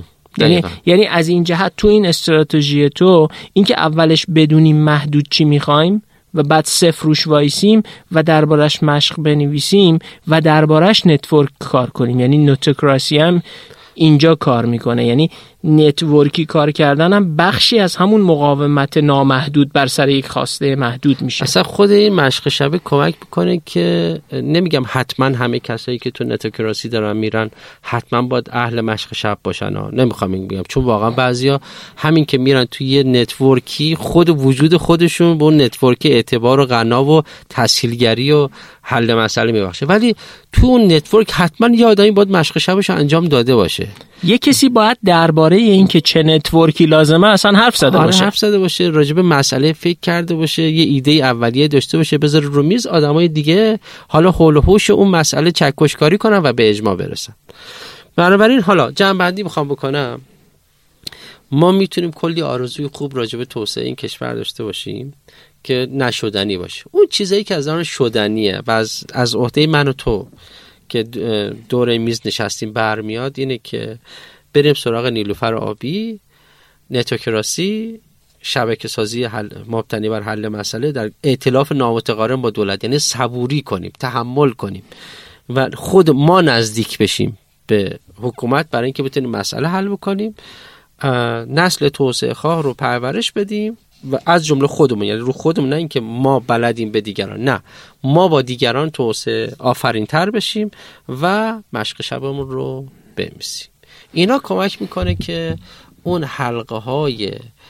یعنی از این جهت تو این استراتژی تو اینکه اولش بدونیم محدود چی می‌خوایم و بعد صفر روش وایسیم و دربارش مشق بنویسیم و دربارش نتورک کار کنیم. یعنی نوتوکراسی هم اینجا کار میکنه، یعنی نتورکی کار کردن هم بخشی از همون مقاومت نامحدود بر سر یک خواسته محدود میشه. اصلا خود این مشق شبه کمک میکنه که نمیگم حتما همه کسایی که تو نتوکراسی دارن میرن حتما باید اهل مشق شب باشن، نمیخوام این بگم، چون واقعا بعضیا همین که میرن توی یه نتورکی خود وجود خودشون به اون نتورک اعتبار و غنا و تسهیلگری و حل مسئله میبخشه، ولی تو اون نتورک حتما یه آدمی باید مشق شبش انجام داده باشه. یه کسی باید درباره این که چه نتورکی لازمه اصلا حرف زده باشه، حرف زده باشه، راجع به مسئله فکر کرده باشه، یه ایده اولیه داشته باشه، بذاره رو میز، آدمای دیگه حالا حول و حوش اون مسئله چکشکاری کنن و به اجماع برسن. بنابراین حالا جمع‌بندی میخوام بکنم، ما میتونیم کلی آرزوی خوب راجع به توسعه این کشور داشته باشیم که نشدنی باشه. اون چیزایی که از آن شدنیه و از عهده من و تو که دور میز نشستیم برمیاد اینه که بریم سراغ نیلوفر آبی، نتوکراسی، شبکه سازی مبتنی بر حل مسئله در ائتلاف نامتقارن با دولت، یعنی صبوری کنیم، تحمل کنیم و خود ما نزدیک بشیم به حکومت برای اینکه بتونیم مسئله حل بکنیم، نسل توسعه خواه رو پرورش بدیم و از جمله خودمون، یعنی رو خودمون، نه اینکه ما بلدیم به دیگران، نه، ما با دیگران توسعه آفرین تر بشیم و مشق شبمون رو بمیسیم. اینا کمک میکنه که اون حلقه های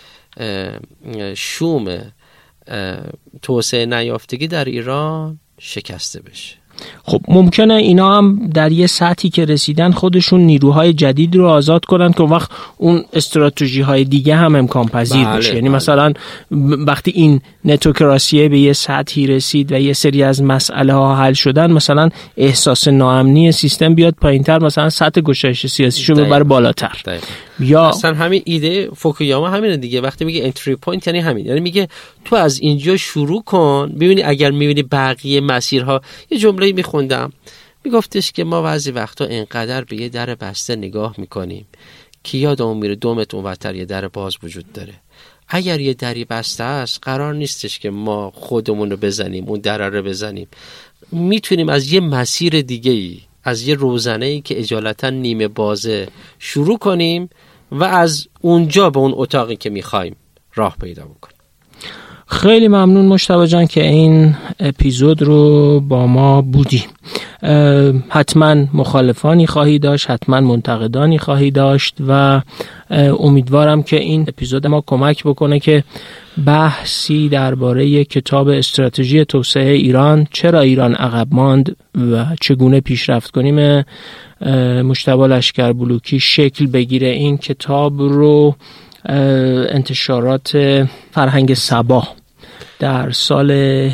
شوم توسعه نیافتگی در ایران شکسته بشه. خب ممکنه اینا هم در یه سطحی که رسیدن خودشون نیروهای جدید رو آزاد کنن که وقت اون استراتژی های دیگه هم امکان پذیر بشه. یعنی مثلا وقتی این نتوکراسی به یه سطحی رسید و یه سری از مسئله ها حل شدن، مثلا احساس ناامنی سیستم بیاد پایینتر، مثلا سطح گشایش سیاسیشو ببره بالاتر. یا اصلا همین ایده فوکویاما همینه دیگه، وقتی میگه انتری پوینت یعنی همین، یعنی میگه تو از اینجا شروع کن، ببینی اگر میبینی بقیه مسیرها. یه جمله‌ای میخوندم میگفتش که ما بعضی وقتا اینقدر به یه در بسته نگاه میکنیم که یادمون میره 2 متر اونورتر یه در باز وجود داره. اگر یه دری بسته است قرار نیستش که ما خودمون رو بزنیم، اون در رو بزنیم. میتونیم از یه مسیر دیگه‌ای، از یه روزنه‌ای که اجالتا نیمه بازه شروع کنیم و از اونجا به اون اتاقی که میخوایم راه پیدا بکنیم. خیلی ممنون مجتبی جان که این اپیزود رو با ما بودی. حتما مخالفانی خواهی داشت، حتما منتقدانی خواهی داشت و امیدوارم که این اپیزود ما کمک بکنه که بحثی درباره کتاب استراتژی توسعه ایران، چرا ایران عقب ماند و چگونه پیشرفت کنیم، مجتبی لشکربلوکی شکل بگیره. این کتاب رو انتشارات فرهنگ صباح در سال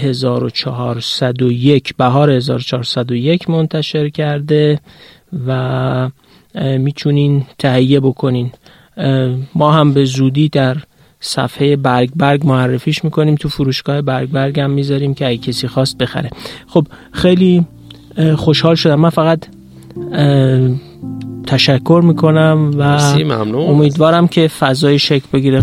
1401 بهار 1401 منتشر کرده و میتونین تهیه بکنین. ما هم به زودی در صفحه برگ معرفیش میکنیم، تو فروشگاه برگ هم میذاریم که اگه کسی خواست بخره. خب خیلی خوشحال شدم. من فقط تشکر میکنم و امیدوارم که فضای شکل بگیره.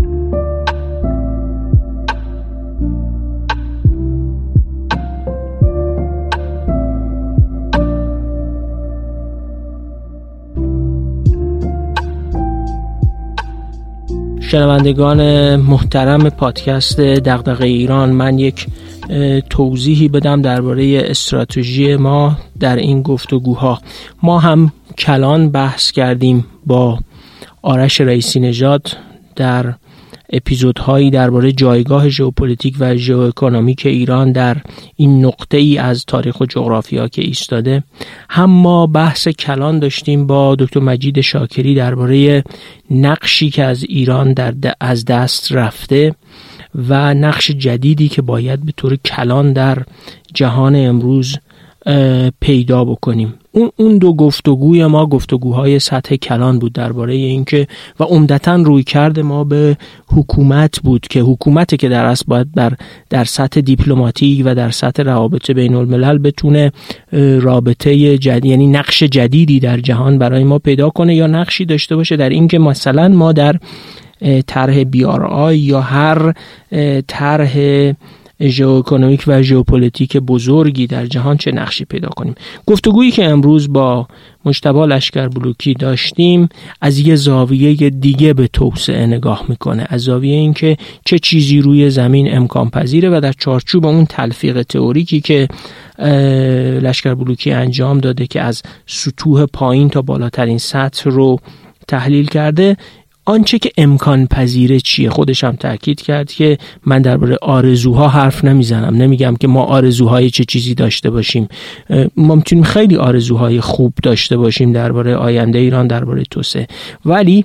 شنوندگان محترم پادکست دغدغه ایران، من یک توضیحی بدم درباره استراتژی ما در این گفتگوها. ما هم کلان بحث کردیم با آرش رئیسی نژاد در اپیزودهایی درباره جایگاه ژئوپلیتیک و ژئواکونومیک ایران در این نقطه ای از تاریخ و جغرافیا که ایستاده. هم ما بحث کلان داشتیم با دکتر مجید شاکری درباره نقشی که از ایران از دست رفته و نقش جدیدی که باید به طور کلان در جهان امروز پیدا بکنیم. اون دو گفتگوی ما گفتگوهای سطح کلان بود درباره اینکه و عمدتاً روی کرده ما به حکومت بود که حکومتی که در اصل باید در سطح دیپلماتیک و در سطح روابط بین الملل بتونه رابطه جدید، یعنی نقش جدیدی در جهان برای ما پیدا کنه یا نقشی داشته باشه در اینکه مثلا ما در طرح BRI یا هر طرح ژئواکونومیک و ژئوپلیتیک بزرگی در جهان چه نقشی پیدا کنیم. گفتگویی که امروز با مجتبی لشکربلوکی داشتیم از یه زاویه دیگه به توسعه نگاه میکنه، از زاویه اینکه چه چیزی روی زمین امکان پذیره و در چارچوب اون تلفیق تئوریکی که لشکربلوکی انجام داده که از سطوح پایین تا بالاترین سطح رو تحلیل کرده، آنچه که امکان پذیره چیه. خودش هم تاکید کرد که من درباره آرزوها حرف نمیزنم، نمیگم که ما آرزوهای چه چیزی داشته باشیم. ما میتونیم خیلی آرزوهای خوب داشته باشیم درباره آینده ایران، درباره توسعه، ولی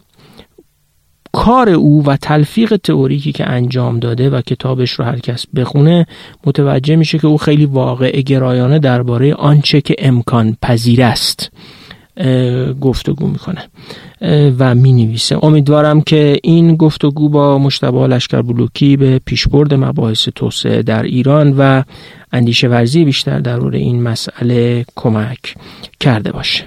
کار او و تلفیق تئوریکی که انجام داده و کتابش رو هر کس بخونه متوجه میشه که او خیلی واقعه گرایانه درباره آنچه که امکان پذیر است گفتگو میکنه و مینویسه. امیدوارم که این گفتگو با مجتبی لشکربلوکی به پیشبرد مباحث توسعه در ایران و اندیشه ورزی بیشتر درباره این مسئله کمک کرده باشه.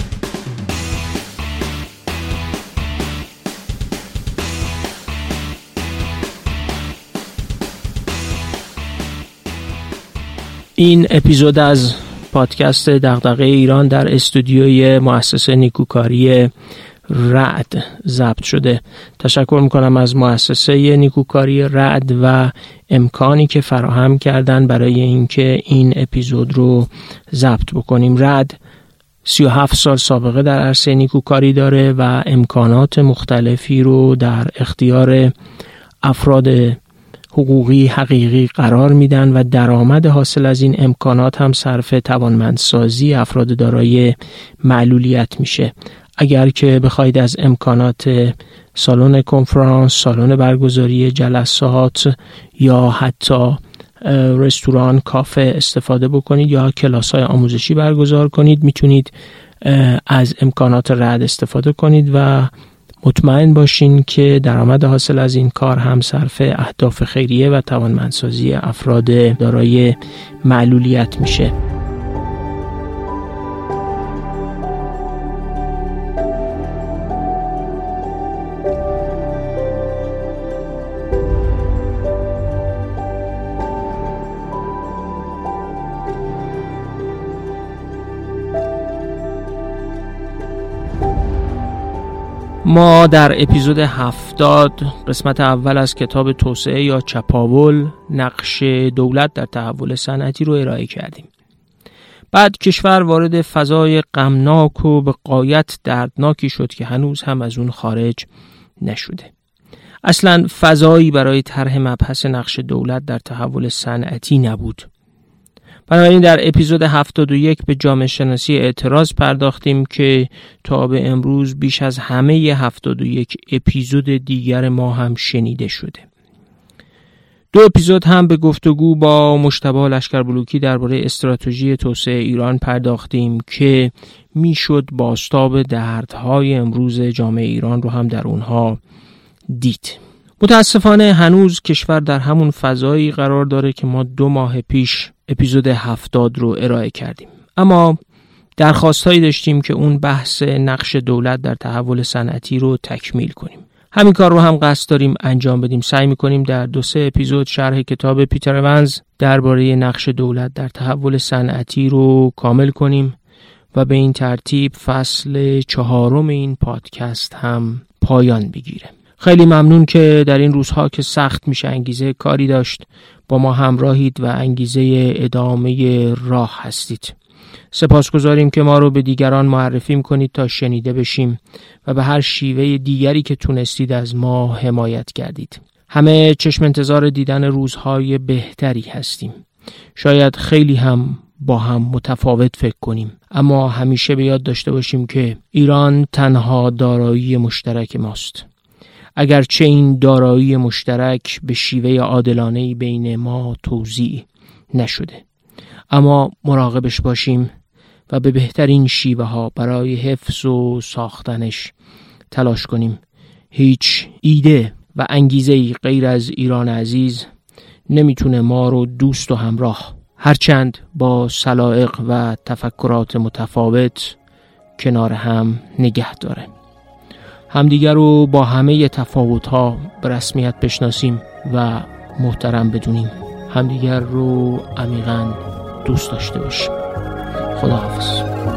این اپیزود از پادکست دغدغه ایران در استودیوی مؤسسه نیکوکاری رعد ضبط شده. تشکر میکنم از مؤسسه نیکوکاری رعد و امکانی که فراهم کردن برای اینکه این اپیزود رو ضبط بکنیم. رعد 37 سال سابقه در عرصه نیکوکاری داره و امکانات مختلفی رو در اختیار افراد حقوقی حقیقی قرار میدن و درآمد حاصل از این امکانات هم صرف توانمندسازی افراد دارای معلولیت میشه. اگر که بخواید از امکانات سالن کنفرانس، سالن برگزاری جلسات یا حتی رستوران، کافه استفاده بکنید یا کلاس‌های آموزشی برگزار کنید، میتونید از امکانات رعد استفاده کنید و مطمئن باشین که درآمد حاصل از این کار هم صرف اهداف خیریه و توانمندسازی افراد دارای معلولیت میشه. ما در اپیزود 70 قسمت اول از کتاب توسعه یا چپاول، نقش دولت در تحول صنعتی رو ارائه کردیم. بعد کشور وارد فضای غمناک و به غایت دردناکی شد که هنوز هم از اون خارج نشده. اصلا فضایی برای طرح مبحث نقش دولت در تحول صنعتی نبود. بنابراین در اپیزود 71 به جامعه شناسی اعتراض پرداختیم که تا به امروز بیش از همه 71 اپیزود دیگر ما هم شنیده شده. 2 اپیزود هم به گفتگو با مجتبی لشکربلوکی درباره استراتژی توسعه ایران پرداختیم که میشد بازتاب دردهای امروز جامعه ایران رو هم در اونها دید. متاسفانه هنوز کشور در همون فضایی قرار داره که ما 2 ماه پیش اپیزود 70 رو ارائه کردیم، اما درخواستایی داشتیم که اون بحث نقش دولت در تحول صنعتی رو تکمیل کنیم. همین کار رو هم قصد داریم انجام بدیم. سعی می‌کنیم در 2-3 اپیزود شرح کتاب پیتر اونز درباره نقش دولت در تحول صنعتی رو کامل کنیم و به این ترتیب فصل 4 این پادکست هم پایان بگیره. خیلی ممنون که در این روزها که سخت میشه انگیزه کاری داشت با ما همراهید و انگیزه ادامه راه هستید. سپاسگزاریم که ما رو به دیگران معرفی کنید تا شنیده بشیم و به هر شیوه دیگری که تونستید از ما حمایت کردید. همه چشم انتظار دیدن روزهای بهتری هستیم. شاید خیلی هم با هم متفاوت فکر کنیم، اما همیشه به یاد داشته باشیم که ایران تنها دارایی مشترک ماست. اگرچه این دارایی مشترک به شیوه عادلانه‌ای بین ما توزیع نشده، اما مراقبش باشیم و به بهترین شیوه ها برای حفظ و ساختنش تلاش کنیم. هیچ ایده و انگیزه‌ای غیر از ایران عزیز نمیتونه ما رو دوست و همراه، هرچند با سلایق و تفکرات متفاوت، کنار هم نگه داره. همدیگر رو با همه تفاوت‌ها به رسمیت بشناسیم و محترم بدونیم. همدیگر رو عمیقاً دوست داشته باشیم. خداحافظ.